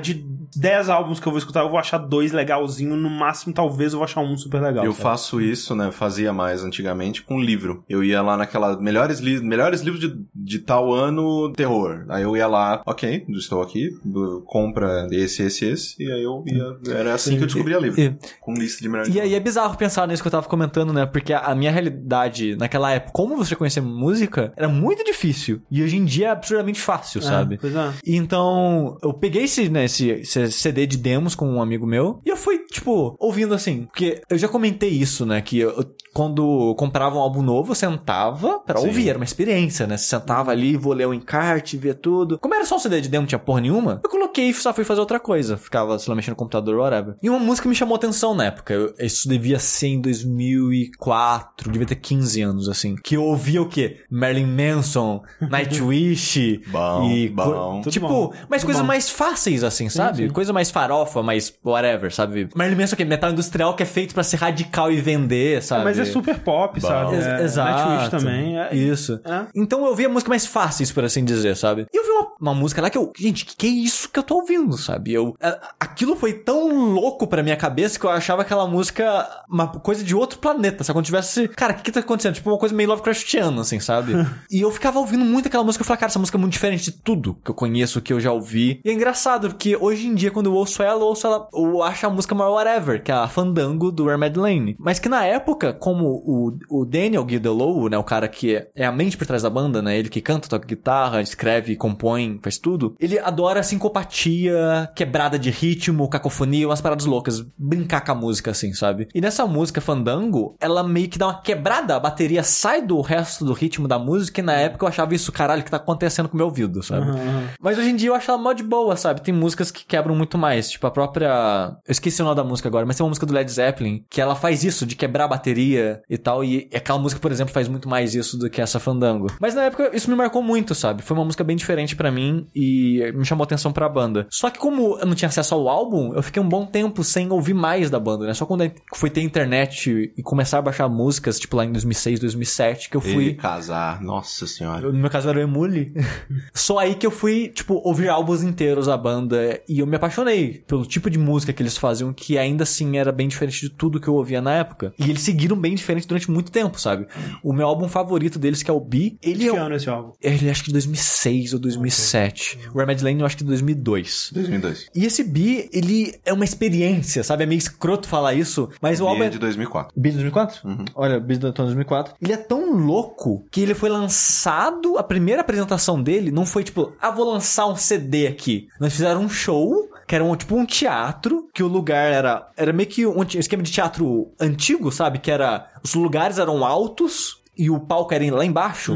10 álbuns que eu vou escutar, eu vou achar 2 legalzinho, no máximo talvez eu vou achar um super legal. Eu sabe? faço isso, né? Fazia mais antigamente com livro. Eu ia lá naquela melhores livros de tal ano, terror. Aí eu ia lá, ok, estou aqui, compra esse, e aí eu ia... Era assim que eu descobria livro. Com lista de melhores. E aí é bizarro pensar nisso que eu tava comentando, né? Porque a minha realidade naquela época, como você conhecer música, era muito difícil. E hoje em dia é absurdamente fácil, sabe? Pois é. Então, eu peguei esse CD de demos com um amigo meu e eu fui, tipo, ouvindo assim. Porque eu já comentei isso, né? Que quando comprava um álbum novo, eu sentava pra ouvir. Era uma experiência, né? Você sentava ali, vou ler o encarte, ver tudo. Como era só um CD de demo, não tinha porra nenhuma, eu coloquei e só fui fazer outra coisa. Ficava, sei lá, mexendo no computador, whatever. E uma música me chamou atenção na época. Isso devia ser em 2004, devia ter 15 anos, assim. Que eu ouvia o quê? Marilyn Manson, Nightwish. Bom. Tipo, bom. mas coisas mais fáceis, assim, sabe? Sim. Coisa mais farofa, mais whatever, sabe? Marilyn Manson, que é metal industrial, que é feito pra ser radical e vender, sabe? Mas é super pop, sabe? Exato. Nightwish também. Isso. Então eu ouvia música mais fáceis, por assim dizer, sabe? E eu vi uma música lá que eu... Gente, que é isso que eu tô ouvindo, sabe? Aquilo foi tão louco pra minha cabeça que eu achava aquela música uma coisa de outro planeta, sabe? Quando tivesse... Cara, o que tá acontecendo? Tipo, uma coisa meio Lovecraftiana, assim, sabe? E eu ficava ouvindo muito aquela música. Eu falei, cara, essa música é muito diferente de tudo que eu conheço, que eu já ouvi. E é engraçado, porque hoje em dia, quando eu ouço ela, eu acho a música maior whatever, que é a Fandango do Iron Maiden Lane. Mas que na época, como o Daniel Guidelow, né, o cara que é a mente por trás da banda, né, ele que canta, toca guitarra, escreve, compõe, faz tudo, ele adora sincopatia, quebrada de ritmo, cacofonia, umas paradas loucas, brincar com a música, assim, sabe? E nessa música, Fandango, ela meio que dá uma quebrada, a bateria sai do resto do ritmo da música, e na época eu achava isso, caralho, que tá acontecendo com o meu ouvido, sabe? Mas hoje em dia eu acho ela mó de boa, sabe? Tem músicas que quebram muito mais, tipo a própria... Eu esqueci o nome da música agora, mas tem uma música do Led Zeppelin, que ela faz isso, de quebrar a bateria e tal, e aquela música, por exemplo, faz muito mais isso do que essa Fandango. Mas na época isso me marcou muito, sabe? Foi uma música bem diferente pra mim e me chamou atenção pra banda. Só que como eu não tinha acesso ao álbum, eu fiquei um bom tempo sem ouvir mais da banda, né? Só quando eu fui ter internet e começar a baixar músicas, tipo lá em 2006, 2007, que eu fui... E casar, nossa senhora. No meu caso era o Emule. Só aí que eu fui, tipo, ouvir álbuns inteiros da banda e eu me apaixonei pelo tipo de música que eles faziam, que ainda assim era bem diferente de tudo que eu ouvia na época. E eles seguiram bem diferente durante muito tempo, sabe? O meu álbum favorito deles, que é o Be, ele Que ano esse álbum? Ele acho que de 2006 ou 2007. O Iron Maiden Lane eu acho que de 2002. 2002. E esse Be, ele é uma experiência, sabe? É meio escroto falar isso, mas o álbum é de 2004. Be de 2004? Uhum. Olha, Be de 2004. Ele é tão louco que ele foi lançado, a primeira apresentação dele não foi tipo, vou lançar um CD aqui. Nós fizeram um show, que era tipo um teatro, que o lugar era meio que um esquema de teatro antigo, sabe? Que era, os lugares eram altos e o palco era lá embaixo.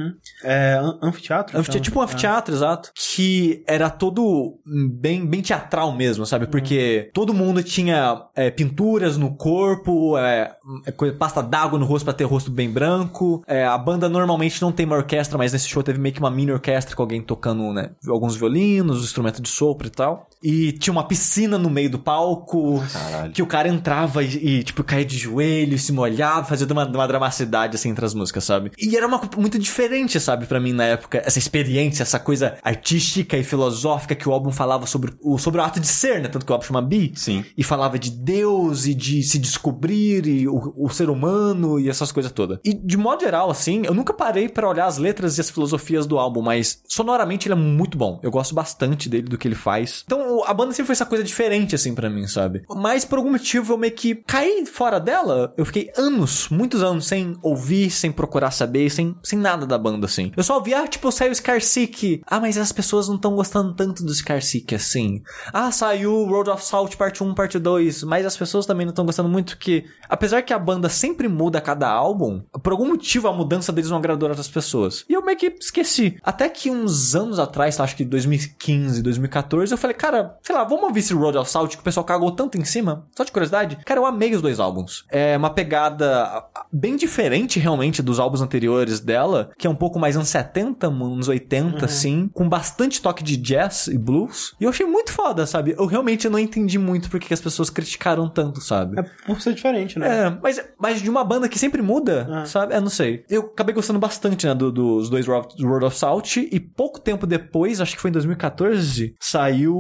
É anfiteatro? Tipo um anfiteatro, exato. Que era todo bem teatral mesmo, sabe? Porque todo mundo tinha pinturas no corpo, pasta d'água no rosto pra ter o rosto bem branco. A banda normalmente não tem uma orquestra, mas nesse show teve meio que uma mini orquestra com alguém tocando, né, alguns violinos, instrumentos de sopro e tal. E tinha uma piscina no meio do palco. Caralho. Que o cara entrava e tipo, caía de joelho, se molhava, fazia uma dramaticidade assim entre as músicas, sabe? E era uma coisa muito diferente, sabe, pra mim na época, essa experiência, essa coisa artística e filosófica que o álbum falava sobre o ato de ser, né? Tanto que o álbum chama Be. Sim. E falava de Deus e de se descobrir e o ser humano e essas coisas todas. E de modo geral, assim, eu nunca parei pra olhar as letras e as filosofias do álbum, mas sonoramente ele é muito bom. Eu gosto bastante dele, do que ele faz. Então a banda sempre foi essa coisa diferente, assim, pra mim, sabe? Mas por algum motivo eu meio que caí fora dela. Eu fiquei muitos anos sem ouvir, sem procurar saber, sem nada da banda, assim. Eu só ouvia, tipo, saiu o Scarsick. Mas as pessoas não estão gostando tanto do Scarsick, assim. Saiu Road of Salt parte 1, parte 2, mas as pessoas também não estão gostando muito, que apesar que a banda sempre muda a cada álbum, por algum motivo a mudança deles não agradou outras pessoas. E eu meio que esqueci. Até que uns anos atrás, acho que 2015, 2014, eu falei, cara, sei lá, vamos ouvir esse Road of Salt que o pessoal cagou tanto em cima? Só de curiosidade. Cara, eu amei os dois álbuns. É uma pegada bem diferente, realmente, dos álbuns anteriores dela, que é um pouco mais anos 70, anos 80, assim, com bastante toque de jazz e blues. E eu achei muito foda, sabe? Eu realmente não entendi muito porque as pessoas criticaram tanto, sabe? É por ser diferente, né? Mas de uma banda que sempre muda, sabe? Não sei. Eu acabei gostando bastante, né, dos dois Road of Salt, e pouco tempo depois, acho que foi em 2014, saiu Fall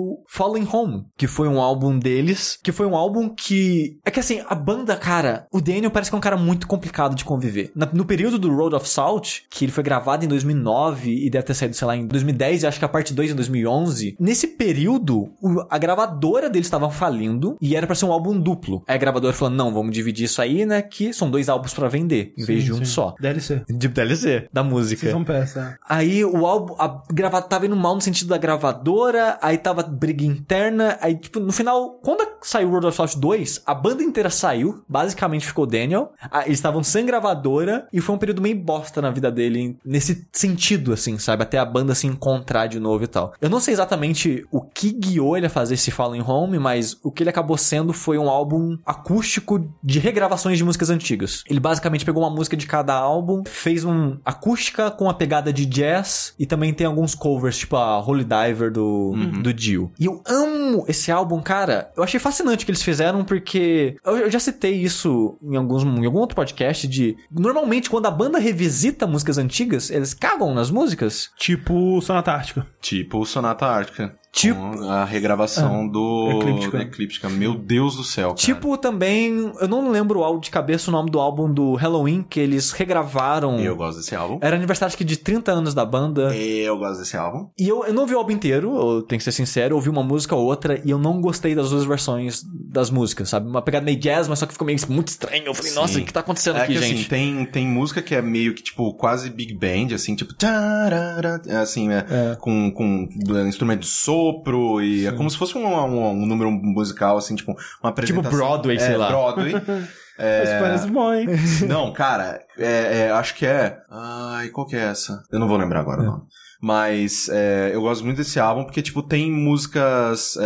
Falling Home, que foi um álbum deles, que foi um álbum que... É que assim, a banda, cara, o Daniel parece que é um cara muito complicado de conviver. No período do Road of Salt, que ele foi gravado em 2009 e deve ter saído, sei lá, em 2010, e acho que a parte 2 em 2011, nesse período, a gravadora deles estava falindo e era pra ser um álbum duplo. Aí a gravadora falou, não, vamos dividir isso aí, né, que são 2 álbuns pra vender, em vez de um só. DLC. De DLC, da música. Season Pass, é. Aí o álbum, tava indo mal no sentido da gravadora, aí tava briga interna, aí tipo, no final, quando saiu World of Salt 2, a banda inteira saiu, basicamente ficou o Daniel, eles estavam sem gravadora, e foi um período meio bosta na vida dele, nesse sentido, assim, sabe, até a banda se encontrar de novo e tal. Eu não sei exatamente o que guiou ele a fazer esse Falling Home, mas o que ele acabou sendo foi um álbum acústico de regravações de músicas antigas. Ele basicamente pegou uma música de cada álbum, fez um acústica com a pegada de jazz, e também tem alguns covers, tipo a Holy Diver do Dio. E eu amo esse álbum, cara. Eu achei fascinante o que eles fizeram, porque eu já citei isso em algum outro podcast normalmente, quando a banda revisita músicas antigas, eles cagam nas músicas. Tipo Sonata Ártica. Tipo Sonata Ártica. Com a regravação do Eclíptica. Meu Deus do céu, cara. Tipo também, eu não lembro de cabeça o nome do álbum do Halloween, que eles regravaram. Eu gosto desse álbum. Era aniversário, acho que de 30 anos da banda. Eu gosto desse álbum. E eu não ouvi o álbum inteiro, eu tenho que ser sincero, eu ouvi uma música ou outra e eu não gostei das duas versões das músicas, sabe? Uma pegada meio jazz, mas só que ficou meio muito estranho. Eu falei, nossa, o que tá acontecendo aqui, que, gente? Assim, tem música que é meio que, tipo, quase big band, assim, tipo... Assim, com instrumento de sopro e... É como se fosse um número musical, assim, tipo, uma apresentação... Tipo Broadway, sei lá. Broadway. Mas parece bom, hein? Não, cara, acho que é... Ai, qual que é essa? Eu não vou lembrar agora, não. Mas eu gosto muito desse álbum porque, tipo, tem músicas...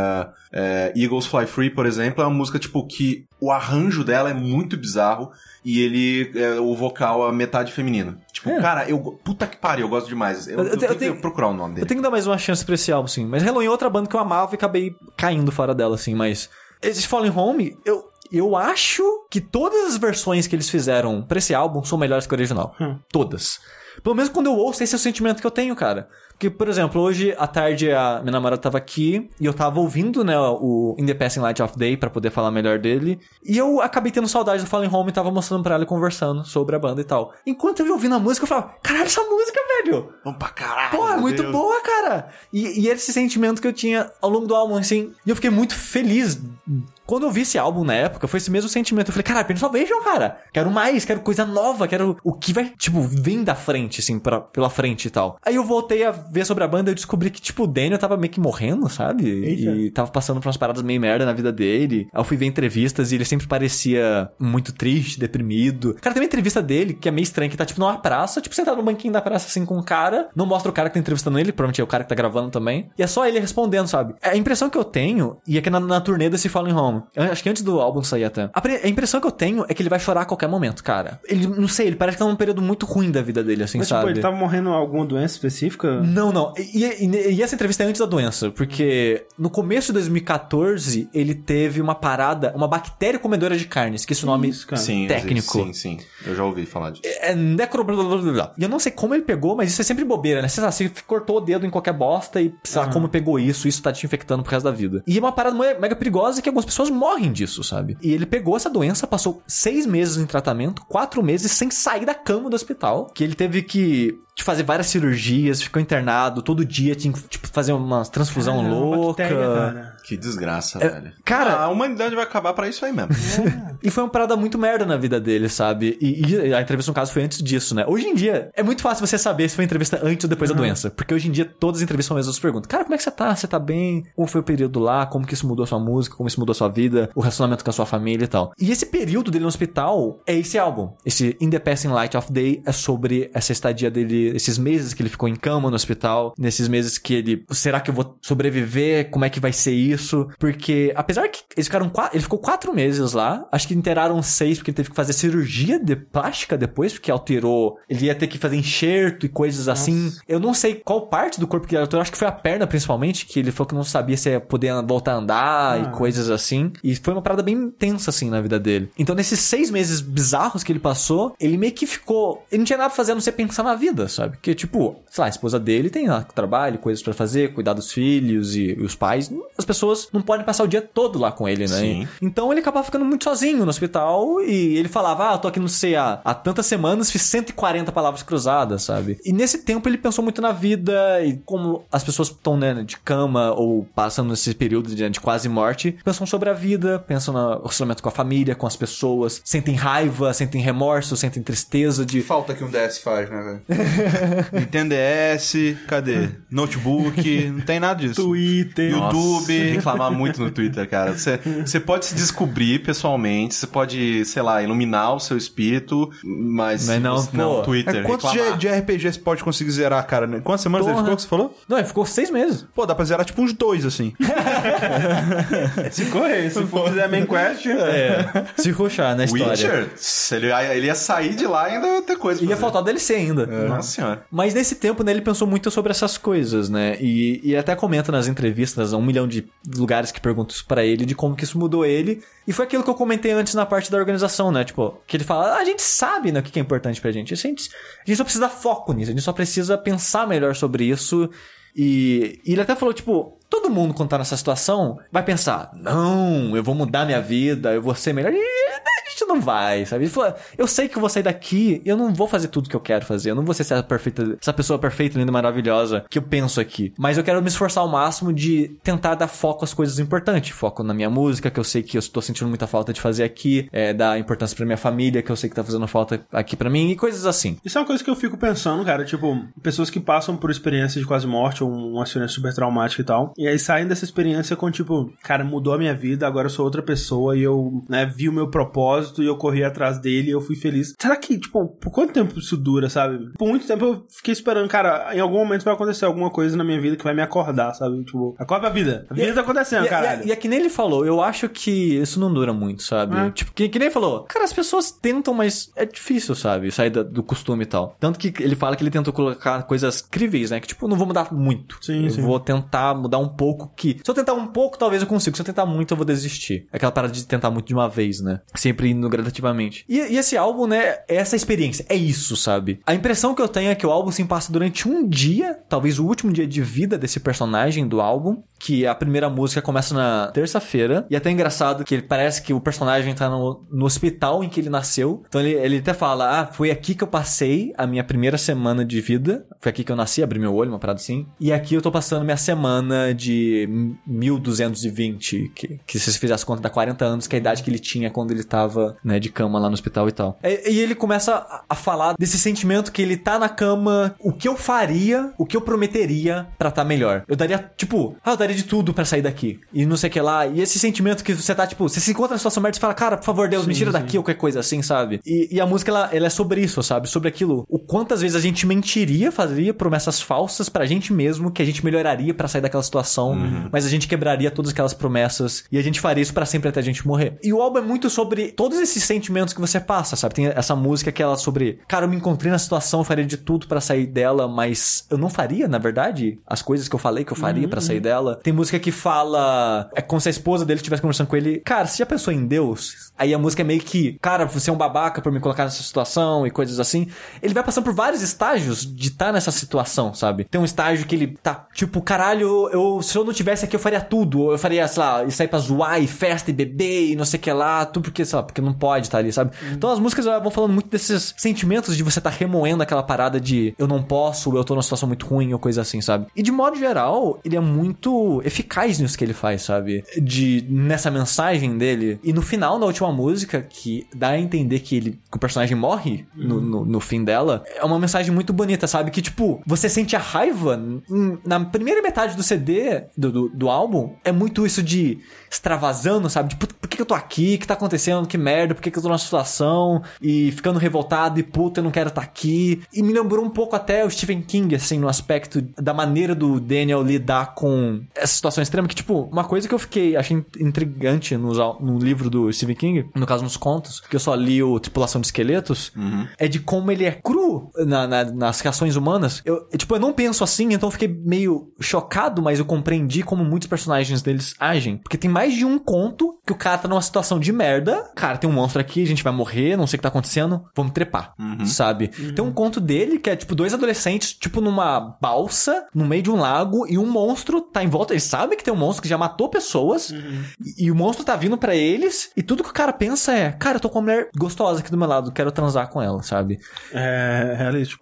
Eagles Fly Free, por exemplo, é uma música, tipo, que o arranjo dela é muito bizarro e ele... o vocal é metade feminino. Tipo, cara, puta que pariu, eu gosto demais. Eu tenho que procurar o nome dele. Eu tenho que dar mais uma chance pra esse álbum, sim. Mas Halloween é outra banda que eu amava e acabei caindo fora dela, assim. Mas esse Falling Home, eu acho que todas as versões que eles fizeram pra esse álbum são melhores que o original. Todas. Pelo menos quando eu ouço, esse é o sentimento que eu tenho, cara. Porque, por exemplo, hoje à tarde a minha namorada tava aqui e eu tava ouvindo, né, o In the Passing Light of Day pra poder falar melhor dele. E eu acabei tendo saudade do Falling Home e tava mostrando pra ela e conversando sobre a banda e tal. Enquanto eu ia ouvindo a música, eu falava, caralho, essa música, velho! Vamos pra caralho! Pô, é muito boa, cara! E esse sentimento que eu tinha ao longo do álbum, assim, e eu fiquei muito feliz. Quando eu vi esse álbum na época, foi esse mesmo sentimento. Eu falei, caralho, Pain Salvation, cara. Quero mais, quero coisa nova, quero o que vai, tipo, vir da frente, assim, pela frente e tal. Aí eu voltei a ver sobre a banda e eu descobri que, tipo, o Daniel tava meio que morrendo, sabe? Eita. E tava passando por umas paradas meio merda na vida dele. Aí eu fui ver entrevistas e ele sempre parecia muito triste, deprimido. Cara, tem uma entrevista dele que é meio estranha, que tá, tipo, numa praça, tipo, sentado no banquinho da praça, assim, com um cara. Não mostra o cara que tá entrevistando ele, provavelmente é o cara que tá gravando também. E é só ele respondendo, sabe? A impressão que eu tenho, e é que na turnê desse Falling Home, acho que antes do álbum sair até, a impressão que eu tenho é que ele vai chorar a qualquer momento, cara. Ele, não sei, ele parece que tá num período muito ruim da vida dele, assim, mas, sabe? Tipo, ele tava morrendo de alguma doença específica? Não. E essa entrevista é antes da doença, porque no começo de 2014, ele teve uma parada, uma bactéria comedora de carnes, que esse nome técnico. Sim. Eu já ouvi falar disso. É necroblá. E eu não sei como ele pegou, mas isso é sempre bobeira, né? Você cortou o dedo em qualquer bosta e sei lá como pegou isso tá te infectando pro resto da vida. E é uma parada mega perigosa que algumas pessoas morrem disso, sabe? E ele pegou essa doença, passou 6 meses em tratamento, 4 meses sem sair da cama do hospital, que ele teve que fazer várias cirurgias, ficou internado, todo dia tinha que, tipo, fazer uma transfusão louca. Cara. Que desgraça, velho. Cara, a humanidade vai acabar pra isso aí mesmo. E foi uma parada muito merda na vida dele, sabe? E a entrevista, no caso, foi antes disso, né? Hoje em dia, é muito fácil você saber se foi entrevista antes ou depois da doença. Porque hoje em dia, todas as entrevistas são as mesmas perguntas. Cara, como é que você tá? Você tá bem? Como foi o período lá? Como que isso mudou a sua música? Como isso mudou a sua vida? O relacionamento com a sua família e tal. E esse período dele no hospital é esse álbum. Esse In the Passing Light of Day é sobre essa estadia dele, esses meses que ele ficou em cama no hospital, nesses meses que ele... Será que eu vou sobreviver? Como é que vai ser isso? Porque, apesar que ele ficou 4 meses lá, acho Acho que inteiraram 6 porque ele teve que fazer cirurgia de plástica depois, porque alterou. Ele ia ter que fazer enxerto e coisas assim. Eu não sei qual parte do corpo que ele alterou, acho que foi a perna principalmente, que ele falou que não sabia se ia poder voltar a andar e coisas assim. E foi uma parada bem tensa assim na vida dele. Então nesses 6 meses bizarros que ele passou, ele meio que ficou... Ele não tinha nada pra fazer a não ser pensar na vida, sabe? Porque tipo, sei lá, a esposa dele tem lá trabalho, coisas pra fazer, cuidar dos filhos e os pais. As pessoas não podem passar o dia todo lá com ele, né? Sim. Então ele acabava ficando muito sozinho no hospital e ele falava, eu tô aqui não sei há tantas semanas, fiz 140 palavras cruzadas, sabe? E nesse tempo ele pensou muito na vida e como as pessoas estão, né, de cama ou passando nesse período de quase morte, pensam sobre a vida, pensam no relacionamento com a família, com as pessoas, sentem raiva, sentem remorso, sentem tristeza de... Falta que um DS faz, né, velho? Nintendo DS, cadê? Notebook, não tem nada disso. Twitter, YouTube. Reclamar muito no Twitter, cara. Você pode se descobrir pessoalmente, você pode, sei lá, iluminar o seu espírito, mas não, Twitter. Quantos de RPG você pode conseguir zerar, cara? Quantas semanas ele ficou, que você falou? Não, ele ficou 6 meses. Pô, dá pra zerar tipo uns 2, assim. Se correr, se for fazer a main quest... Se rushar na história. Witcher, ele ia sair de lá e ainda ia ter coisa pra Ia fazer. faltar DLC ainda. Nossa senhora. Mas nesse tempo, né, ele pensou muito sobre essas coisas, né? E até comenta nas entrevistas, 1 milhão de lugares que perguntam isso pra ele, de como que isso mudou ele. E foi aquilo que eu comentei antes na parte da organização, né? Tipo, que ele fala, a gente sabe, né, o que é importante pra gente. A gente só precisa dar foco nisso, a gente só precisa pensar melhor sobre isso. E ele até falou, tipo, todo mundo quando tá nessa situação vai pensar, não, eu vou mudar minha vida, eu vou ser melhor. E a gente não vai, sabe? Ele falou, eu sei que eu vou sair daqui e eu não vou fazer tudo que eu quero fazer. Eu não vou ser essa pessoa perfeita, linda, maravilhosa que eu penso aqui. Mas eu quero me esforçar ao máximo de tentar dar foco às coisas importantes. Foco na minha música, que eu sei que eu estou sentindo muita falta de fazer aqui. Dar importância pra minha família, que eu sei que tá fazendo falta aqui pra mim. E coisas assim. Isso é uma coisa que eu fico pensando, cara. Tipo, pessoas que passam por experiência de quase morte ou uma experiência super traumática e tal. E aí saem dessa experiência com, tipo, cara, mudou a minha vida, agora eu sou outra pessoa e eu, né, vi o meu propósito e eu corri atrás dele e eu fui feliz. Será que, tipo, por quanto tempo isso dura, sabe? Por muito tempo eu fiquei esperando, cara, em algum momento vai acontecer alguma coisa na minha vida que vai me acordar, sabe? Tipo, acorda a vida. A vida tá acontecendo, caralho. E é que nem ele falou, eu acho que isso não dura muito, sabe? Tipo, que nem ele falou, cara, as pessoas tentam, mas é difícil, sabe? Sair do costume e tal. Tanto que ele fala que ele tentou colocar coisas críveis, né? Que, tipo, não vou mudar muito. Sim, sim. Vou tentar mudar um pouco que... Se eu tentar um pouco, talvez eu consiga. Se eu tentar muito, eu vou desistir. Aquela parada de tentar muito de uma vez, né? Sempre indo gradativamente. E esse álbum, né? É essa experiência. É isso, sabe? A impressão que eu tenho é que o álbum se passa durante um dia, talvez o último dia de vida desse personagem do álbum, que a primeira música começa na terça-feira. E até é engraçado que parece que o personagem tá no hospital em que ele nasceu. Então ele até fala, foi aqui que eu passei a minha primeira semana de vida. Foi aqui que eu nasci, abri meu olho, uma parada assim. E aqui eu tô passando minha semana de 1220, que se você fizesse conta dá 40 anos, que é a idade que ele tinha quando ele tava, né, de cama lá no hospital e tal. E ele começa a falar desse sentimento que ele tá na cama, o que eu faria, o que eu prometeria pra tá melhor. Eu daria, tipo, eu daria de tudo pra sair daqui. E não sei o que lá. E esse sentimento que você tá, tipo, você se encontra na situação merda e fala, cara, por favor, Deus, me tira daqui, ou qualquer coisa assim, sabe? E a música, ela é sobre isso, sabe? Sobre aquilo. O quantas vezes a gente mentiria, faria promessas falsas pra gente mesmo, que a gente melhoraria pra sair daquela situação, mas a gente quebraria todas aquelas promessas e a gente faria isso pra sempre até a gente morrer. E o álbum é muito sobre todos esses sentimentos que você passa, sabe? Tem essa música que ela sobre, cara, eu me encontrei na situação, eu faria de tudo pra sair dela, mas eu não faria, na verdade, as coisas que eu falei que eu faria pra sair dela. Tem música que fala, é como se a esposa dele estivesse conversando com ele, cara, você já pensou em Deus? Aí a música é meio que, cara, você é um babaca por me colocar nessa situação e coisas assim. Ele vai passando por vários estágios de estar nessa situação, sabe? Tem um estágio que ele tá, tipo, caralho, se eu não tivesse aqui eu faria tudo, ou eu faria, sei lá, sair pra zoar e festa e beber e não sei o que lá, tudo porque, sei lá, porque não pode estar ali, sabe? Então as músicas vão falando muito desses sentimentos de você tá remoendo aquela parada de eu não posso, eu tô numa situação muito ruim ou coisa assim, sabe? E de modo geral, ele é muito eficaz nisso que ele faz, sabe? Nessa mensagem dele. E no final, na última música, que dá a entender que o personagem morre no fim dela, é uma mensagem muito bonita, sabe? Que, tipo, você sente a raiva na primeira metade do CD, do álbum, é muito isso de extravasando, sabe? Tipo, por que eu tô aqui? O que tá acontecendo? Que merda? Por que eu tô nessa situação? E ficando revoltado e puta, eu não quero estar aqui. E me lembrou um pouco até o Stephen King, assim, no aspecto da maneira do Daniel lidar com essa situação extrema que, tipo, uma coisa que eu achei intrigante no livro do Stephen King, no caso nos contos, que eu só li o Tripulação de Esqueletos, é de como ele é cru nas reações humanas. Eu não penso assim, então eu fiquei meio chocado, mas eu compreendi como muitos personagens deles agem. Porque tem mais de um conto que o cara tá numa situação de merda. Cara, tem um monstro aqui, a gente vai morrer, não sei o que tá acontecendo, vamos trepar, sabe? Tem um conto dele que é, tipo, 2 adolescentes, tipo, numa balsa, no meio de um lago, e um monstro tá em volta. Eles sabem que tem um monstro que já matou pessoas, e o monstro tá vindo pra eles, e tudo que o cara pensa é, cara, eu tô com uma mulher gostosa aqui do meu lado, quero transar com ela, sabe? É realístico.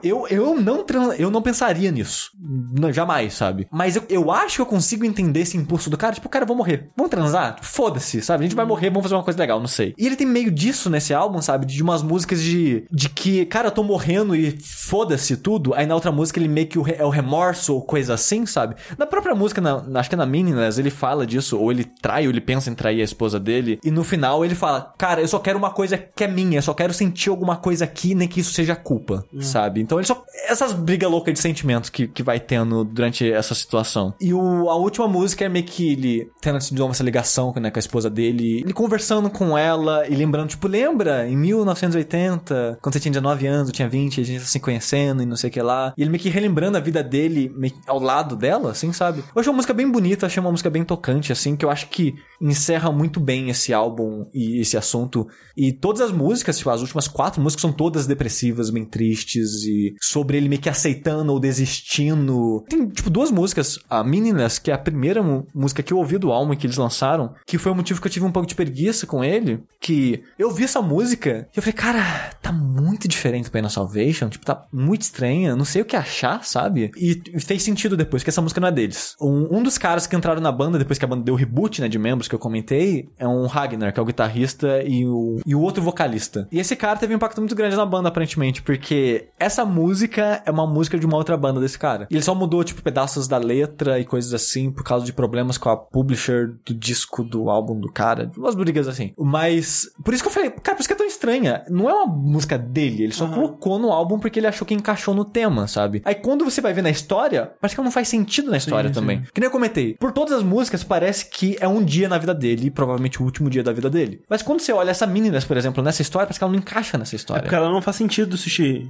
Eu não pensaria nisso. Não, jamais, sabe? Mas eu acho que eu consigo entender esse impulso do cara, tipo, cara, eu vou morrer. Vamos transar? Foda-se, sabe? A gente vai morrer, vamos fazer uma coisa legal, não sei. E ele tem meio disso nesse álbum, sabe? De umas músicas de que, cara, eu tô morrendo e foda-se tudo. Aí na outra música ele meio que é o remorso ou coisa assim, sabe? Na própria música, acho que é na Meaningless, ele fala disso, ou ele trai, ou ele pensa em trair a esposa dele. E no final ele fala, cara, eu só quero uma coisa que é minha, eu só quero sentir alguma coisa aqui, nem que isso seja culpa, sabe? Então ele só... Essas brigas loucas de sentimentos que vai tendo durante essa situação. E a última música é meio que ele tendo essa ligação, né, com a esposa dele, ele conversando com ela e lembrando, tipo, lembra em 1980, quando você tinha 19 anos, eu tinha 20, a gente tá se conhecendo e não sei o que lá. E ele meio que relembrando a vida dele meio ao lado dela, assim, sabe? Eu achei uma música bem bonita, achei uma música bem tocante, assim, que eu acho que encerra muito bem esse álbum e esse assunto. E todas as músicas, tipo, as últimas 4 músicas são todas depressivas, bem tristes e sobre ele meio que aceitando ou desistindo. Tem, tipo, 2 músicas, a Meaningless, que é a primeira música que eu ouvi do álbum que eles lançaram, que foi o motivo que eu tive um pouco de preguiça com ele, que eu vi essa música e eu falei, cara, tá muito diferente do Pain of Salvation, tipo, tá muito estranha, não sei o que achar, sabe? E fez sentido depois, que essa música não é deles. Um dos caras que entraram na banda, depois que a banda deu o reboot, né, de membros que eu comentei, é um Ragnar, que é o guitarrista e o outro vocalista. E esse cara teve um impacto muito grande na banda, aparentemente, porque essa música é uma música de uma outra banda desse cara. E ele só mudou, tipo, pedaços da letra e coisas assim, por causa de problemas com a publisher do disco do álbum do cara, umas brigas assim. Mas, por isso que eu falei, cara, por isso que é tão estranha. Não é uma música dele, ele só colocou no álbum porque ele achou que encaixou no tema, sabe? Aí quando você vai ver na história, parece que ela não faz sentido na história também. Que nem eu comentei, por todas as músicas parece que é um dia na vida dele, provavelmente o último dia da vida dele. Mas quando você olha essa Meaningless, por exemplo, nessa história, parece que ela não encaixa nessa história. É porque ela não faz sentido, Sushi.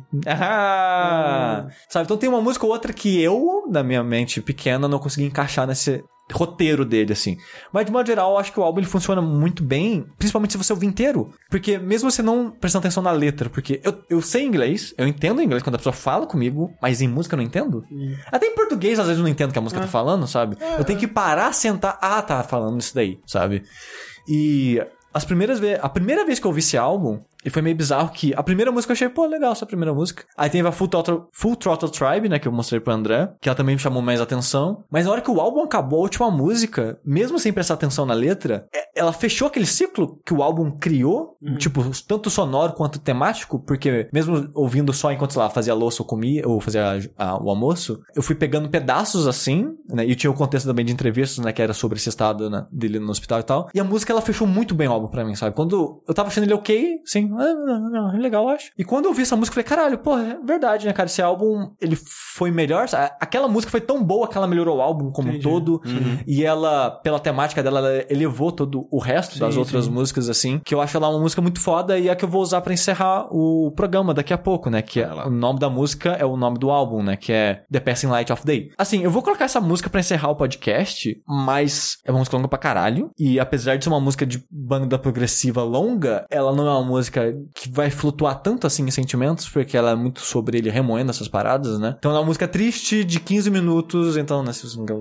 Sabe? Então tem uma música ou outra que eu, na minha mente pequena, não consegui encaixar nesse roteiro dele, assim. Mas, de modo geral, eu acho que o álbum ele funciona muito bem, principalmente se você ouvir inteiro. Porque mesmo você não prestando atenção na letra, porque eu sei inglês, eu entendo inglês quando a pessoa fala comigo, mas em música eu não entendo. Até em português, às vezes, eu não entendo o que a música tá falando, sabe? Eu tenho que parar, sentar, tá falando isso daí, sabe? E a primeira vez que eu ouvi esse álbum, e foi meio bizarro que a primeira música eu achei, pô, legal essa primeira música. Aí teve a Full Throttle Tribe, né, que eu mostrei pro André, que ela também me chamou mais atenção. Mas na hora que o álbum acabou, a última música, mesmo sem prestar atenção na letra, ela fechou aquele ciclo que o álbum criou, tipo, tanto sonoro quanto temático, porque mesmo ouvindo só enquanto, sei lá, fazia louça ou comia, ou fazia o almoço, eu fui pegando pedaços assim, né, e tinha o contexto também de entrevistas, né, que era sobre esse estado, né, dele no hospital e tal. E a música, ela fechou muito bem o álbum pra mim, sabe? Quando eu tava achando ele ok, sim, legal, eu acho. E quando eu ouvi essa música, eu falei, caralho, pô, é verdade, né, cara? Esse álbum, ele foi melhor. Aquela música foi tão boa que ela melhorou o álbum como um todo. E ela, pela temática dela, ela elevou todo o resto das outras músicas, assim. Que eu acho ela uma música muito foda e é a que eu vou usar pra encerrar o programa daqui a pouco, né? Que o nome da música é o nome do álbum, né? Que é The Passing Light of Day. Assim, eu vou colocar essa música pra encerrar o podcast, mas é uma música longa pra caralho. E apesar de ser uma música de banda progressiva longa, ela não é uma música que vai flutuar tanto assim em sentimentos, porque ela é muito sobre ele remoendo essas paradas, né? Então ela é uma música triste de 15 minutos, então, né?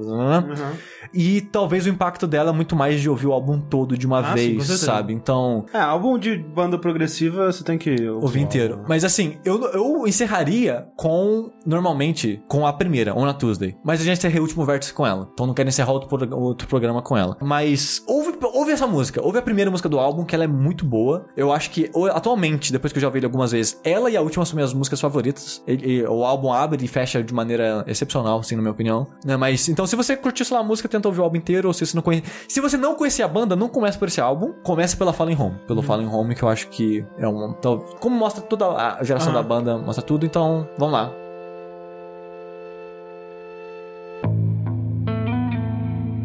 E talvez o impacto dela é muito mais de ouvir o álbum todo de uma vez, sabe? Então... álbum de banda progressiva você tem que ouvir inteiro. Álbum. Mas assim, eu encerraria normalmente, com a primeira, On a Tuesday. Mas eu já encerrei o último vértice com ela. Então não quero encerrar outro programa com ela. Mas ouve essa música. Ouve a primeira música do álbum, que ela é muito boa. Eu acho que, atualmente, depois que eu já ouvi ele algumas vezes, ela e a última são minhas músicas favoritas. O álbum abre e fecha de maneira excepcional, assim, na minha opinião. Né? Mas, então, se você curtiu, sei lá, a música, tenta ouvir o álbum inteiro, ou se você não conhece... Se você não conhecer a banda, não comece por esse álbum, comece pela Fallen Home. Pelo Fallen Home, que eu acho que é então, como mostra toda a geração da banda, mostra tudo, então, vamos lá.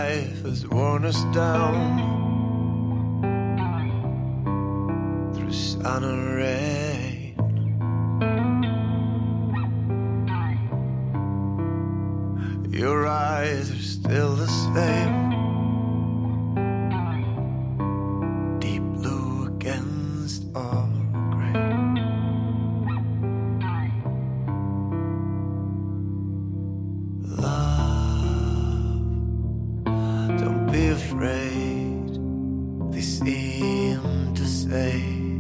life has worn us down through sun and rain. Your eyes are still the same, deep blue against all gray. Love, don't be afraid, they seem to say.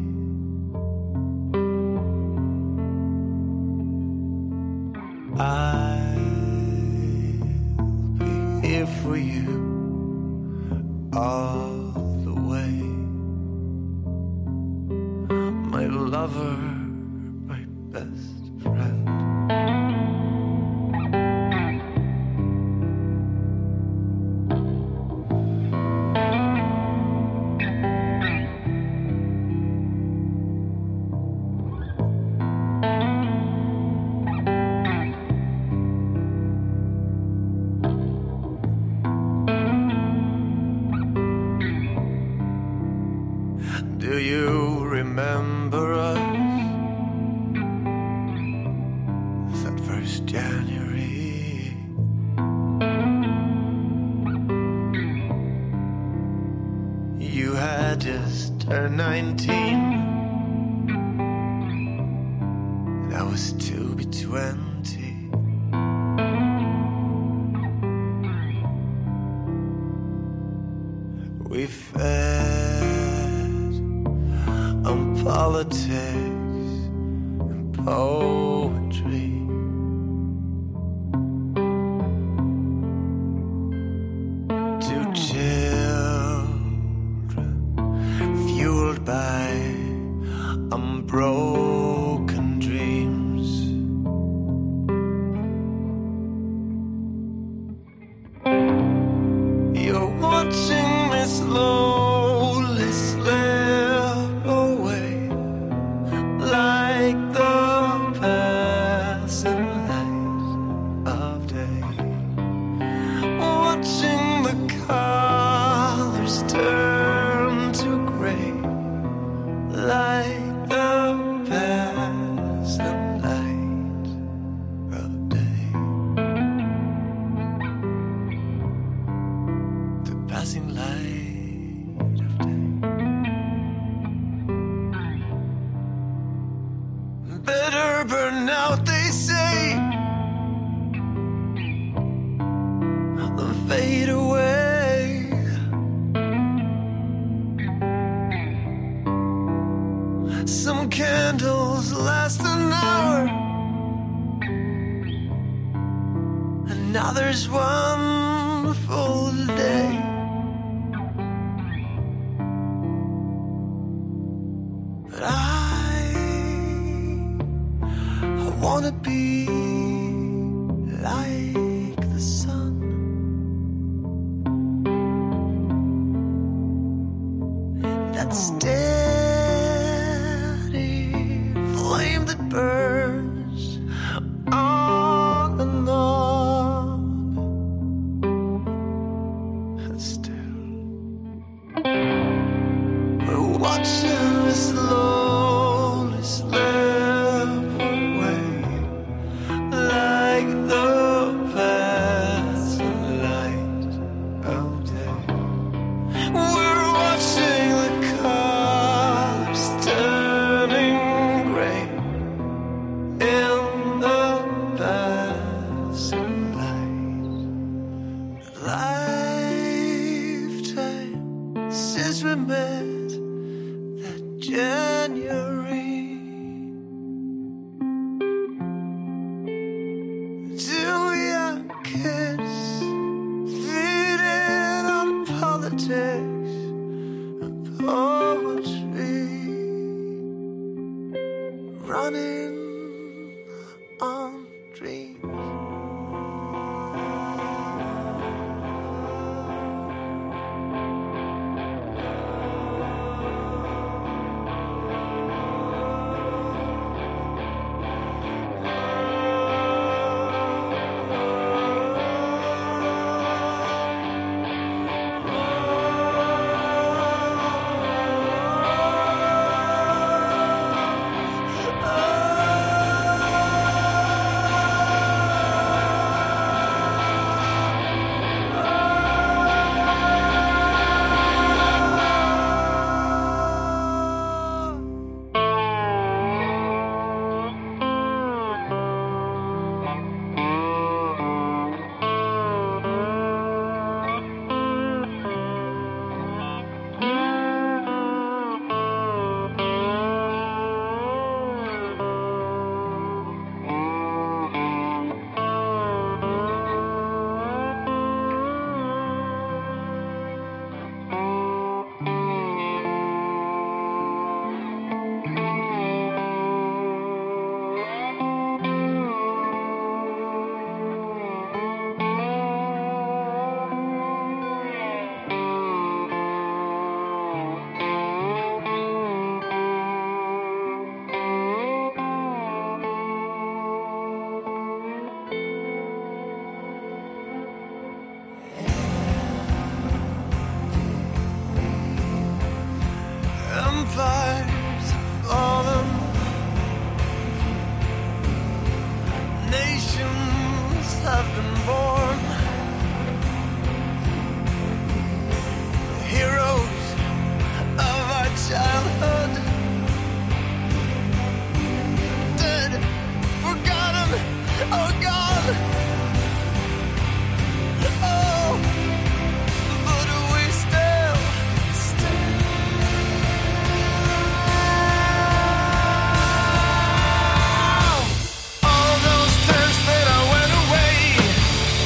I'll be here for you all the way. My lover, my best friend. Do you remember us? That first January. You had just turned 19, and I was to be 20. We fed on politics and poetry. Two children fueled by unbroken dreams. You're watching me slowly slip away like the passing light of day. Watching the colors turn to gray like the passing light of day. The passing light of day. Better burn out, they say, than fade away. Some candles last an hour, and others one full day. But I wanna be like the sun, that steady flame that burns on and on. And still we're watching the slowly slip away like the passing light of day. We're watching the colors turning gray in the passing light. Lifetime since we met that January. Two young kids feeding on politics and poetry, running on dreams. empires have fallen, nations have been born, heroes of our childhood, dead, forgotten, or gone. Oh, but we still stand. All those times that I went away,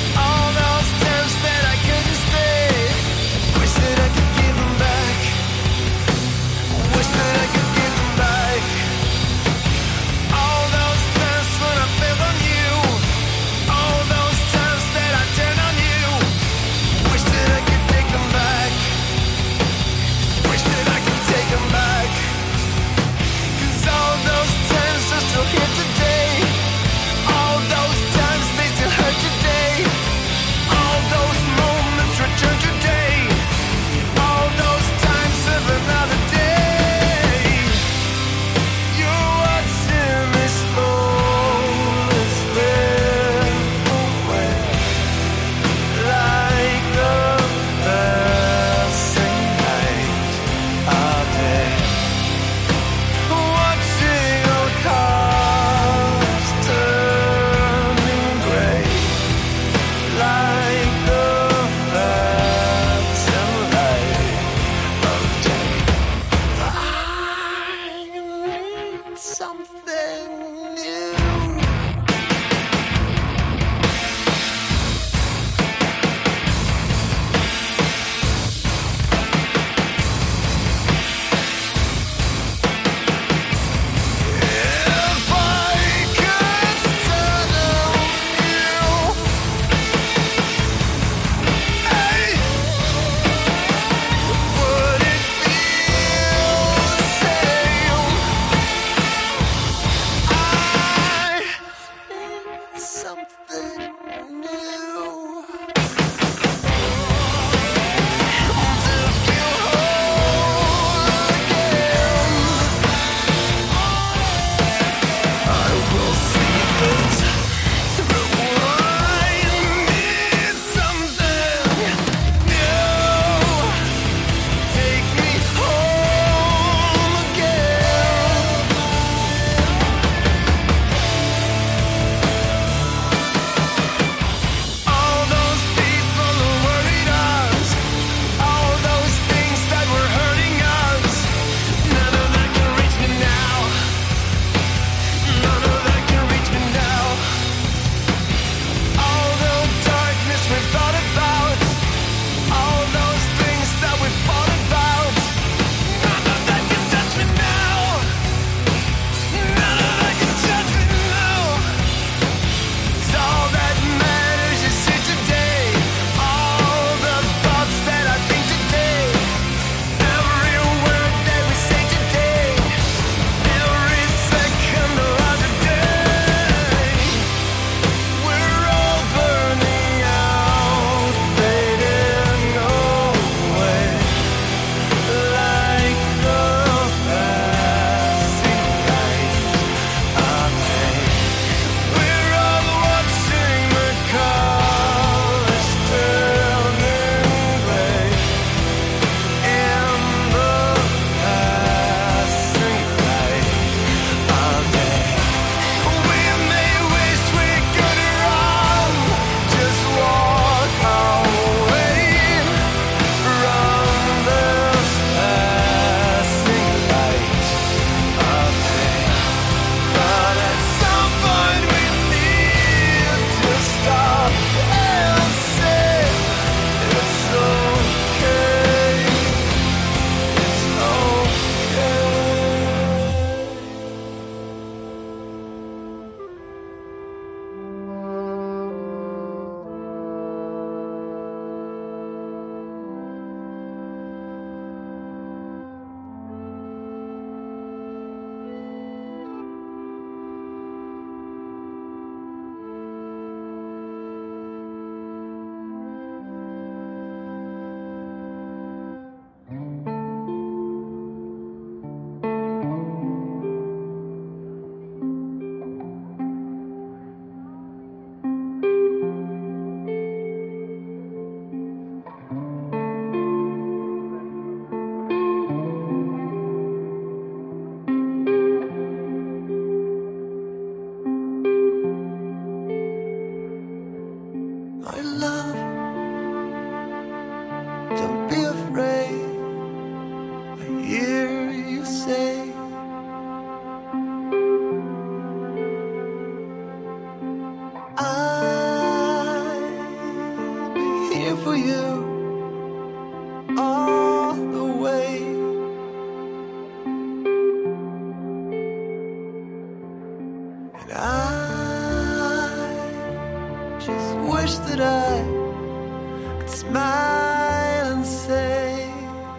wish that I could smile and say,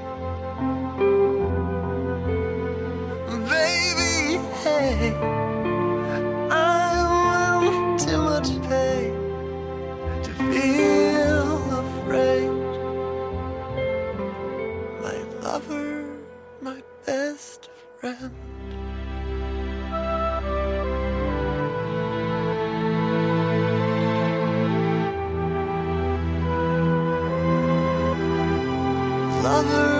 baby, hey, I'm in too much pain to feel afraid. My lover, my best friend. Lover,